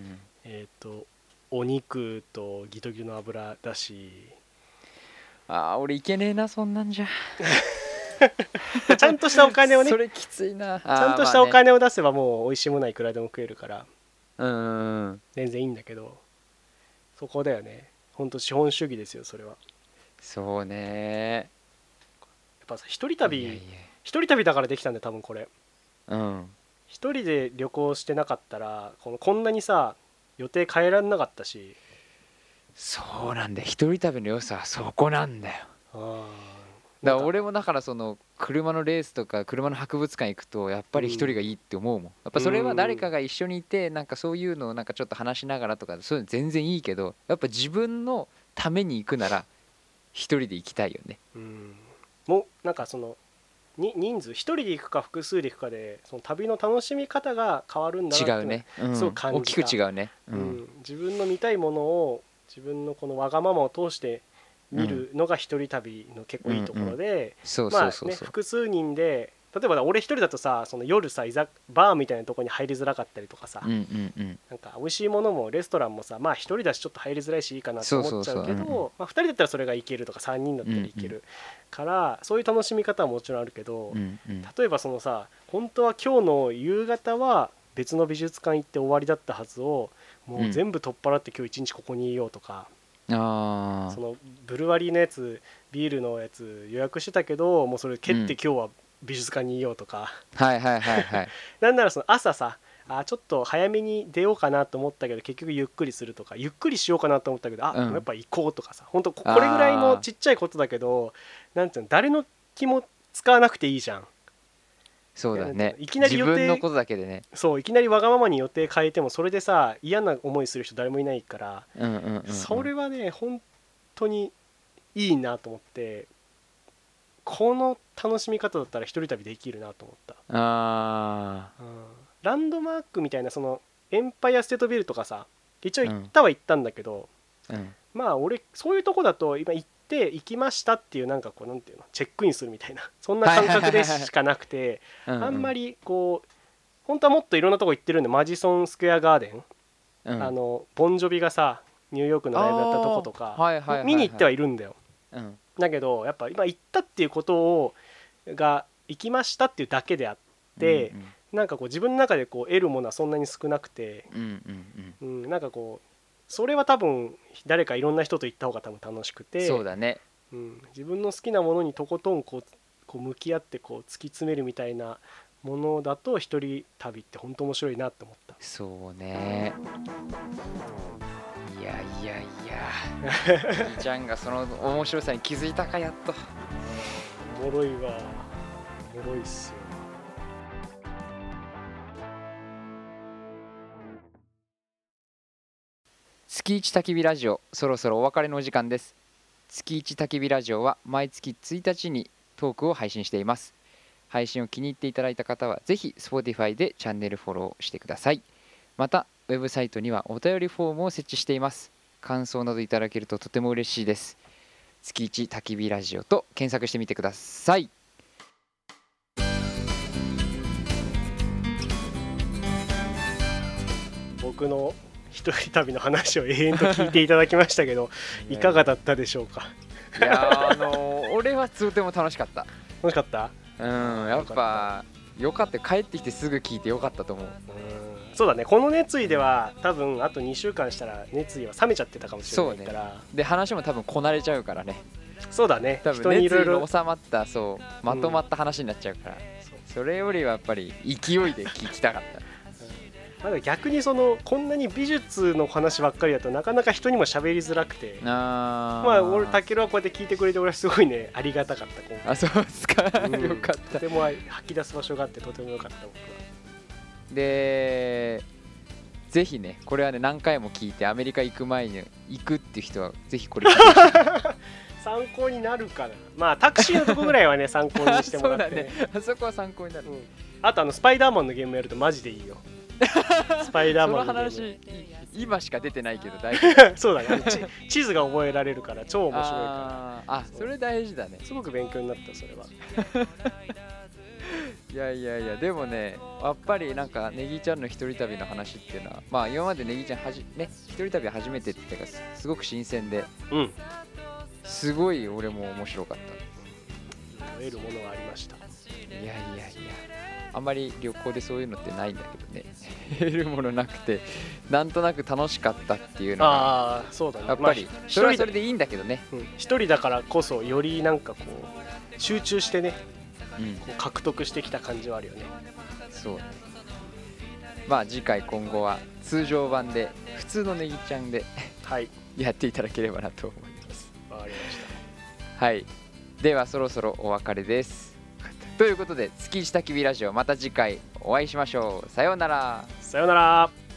お肉とギトギトの油だし。
俺いけねえなそんなんじゃ
ちゃんとしたお金をね
それきついな。
ちゃんとしたお金を出せばもう美味しいものはいくらでも食えるから全然いいんだけど、そこだよね。本当資本主義ですよそれは。
そうね。やっ
ぱさ一人旅だからできたんだよ多分これ。一人で旅行してなかったらこんなにさ予定変えられなかったし。
そうなんだよ、一人旅の良さはそこなんだよ。だから俺もだからその車のレースとか車の博物館行くとやっぱり一人がいいって思うもん。やっぱそれは誰かが一緒にいてなんかそういうのをなんかちょっと話しながらとかそういうの全然いいけど、やっぱ自分のために行くなら一人で行きたいよね。
もうなんかその人数一人で行くか複数で行くかでその旅の楽しみ方が変わるんだなって、すごく感じた。
大きく違うね。
自分の見たいものを自分のこのわがままを通して見るのが一人旅の結構いいところで、複数人で例えば俺一人だとさその夜さバーみたいなとこに入りづらかったりとかさ、なんか美味しいものもレストランもさ一人だしちょっと入りづらいしいいかなって思っちゃうけど、2人だったらそれがいけるとか3人だったらいけるから、そういう楽しみ方はもちろんあるけど、例えばそのさ本当は今日の夕方は別の美術館行って終わりだったはずをもう全部取っ払って今日一日ここにいようとか。そのブルワリーのやつビールのやつ予約してたけどもうそれ蹴って今日は美術館にいようとか、なんならその朝さちょっと早めに出ようかなと思ったけど結局ゆっくりするとか、ゆっくりしようかなと思ったけどやっぱ行こうとかさ、本当これぐらいのちっちゃいことだけどなんていうの誰の気も使わなくていいじゃん。
そうだね。いきなり自分のことだけでね。
そういきなりわがままに予定変えてもそれでさ嫌な思いする人誰もいないから、それはね本当にいいなと思って、この楽しみ方だったら一人旅できるなと思った。ランドマークみたいなそのエンパイアステートビルとかさ一応行ったんだけど、俺そういうとこだと今行って行きましたっていうなんかこうなんていうのチェックインするみたいなそんな感覚でしかなくてあんまりこう本当はもっといろんなとこ行ってるんで、マジソンスクエアガーデン、ボンジョビがさニューヨークのライブやったとことか見に行ってはいるんだよ。だけどやっぱ今行ったっていうことが行きましたっていうだけであって、なんかこう自分の中でこう得るものはそんなに少なくて、なんかこうそれは多分誰かいろんな人と行った方が多分楽しくて、
そうだね、
自分の好きなものにとことんこう向き合ってこう突き詰めるみたいなものだと一人旅って本当面白いなって思った。
そうね。 ネギちゃんがその面白さに気づいたか、やっと。
おもろいわ、おもろいっすよ。
月一焚き火ラジオ、そろそろお別れのお時間です。月一焚き火ラジオは毎月1日にトークを配信しています。配信を気に入っていただいた方はぜひ Spotify でチャンネルフォローしてください。またウェブサイトにはお便りフォームを設置しています。感想などいただけるととても嬉しいです。月一焚き火ラジオと検索してみてください。
僕の一人旅の話を永遠と聞いていただきましたけどいかがだったでしょうか。
いや俺はとても楽しかった。
楽しかった。
やっぱよかった。帰ってきてすぐ聞いてよかったと思う。
そうだね、この熱意では多分あと2週間したら熱意は冷めちゃってたかもしれないから、
ね、で話も多分こなれちゃうからね。
そうだね、
多分熱意の収まったまとまった話になっちゃうから、それよりはやっぱり勢いで聞きたかった
まだ逆にこんなに美術の話ばっかりだとなかなか人にも喋りづらくて、まあ俺タケルはこうやって聞いてくれて、俺はすごいねありがたかった。今回
そうですか、よかった。
とても吐き出す場所があってとてもよかった。僕は
でぜひね、これはね何回も聞いてアメリカ行く前に行くっていう人はぜひこれ聞いて
参考になるかな。まあタクシーのとこぐらいはね参考にしてもらって、ね、
そうだね、あそこは参考になる、
あとスパイダーマンのゲームやるとマジでいいよスパイダーマンのゲーム。その話
今しか出てないけど大丈夫
そうだね、地図が覚えられるから超面白いから。
それ大事だね。
すごく勉強になった。それは
いやでもね、やっぱりなんかネギちゃんの一人旅の話っていうのは、まあ今までネギちゃんね一人旅初めてっていうかすごく新鮮で、すごい俺も面白かった。
得るものがありました。
いやあんまり旅行でそういうのってないんだけどね得るものなくてなんとなく楽しかったっていうのが、
そうだね、
やっぱりそれはそれでいいんだけどね、
一人だからこそよりなんかこう集中してね、こう獲得してきた感じはあるよね。
そうね。まあ次回今後は通常版で普通のネギちゃんでやっていただければなと思います。
わかりました。
はい、ではそろそろお別れです。ということで月一焚き火ラジオ、また次回お会いしましょう。さようなら。
さようなら。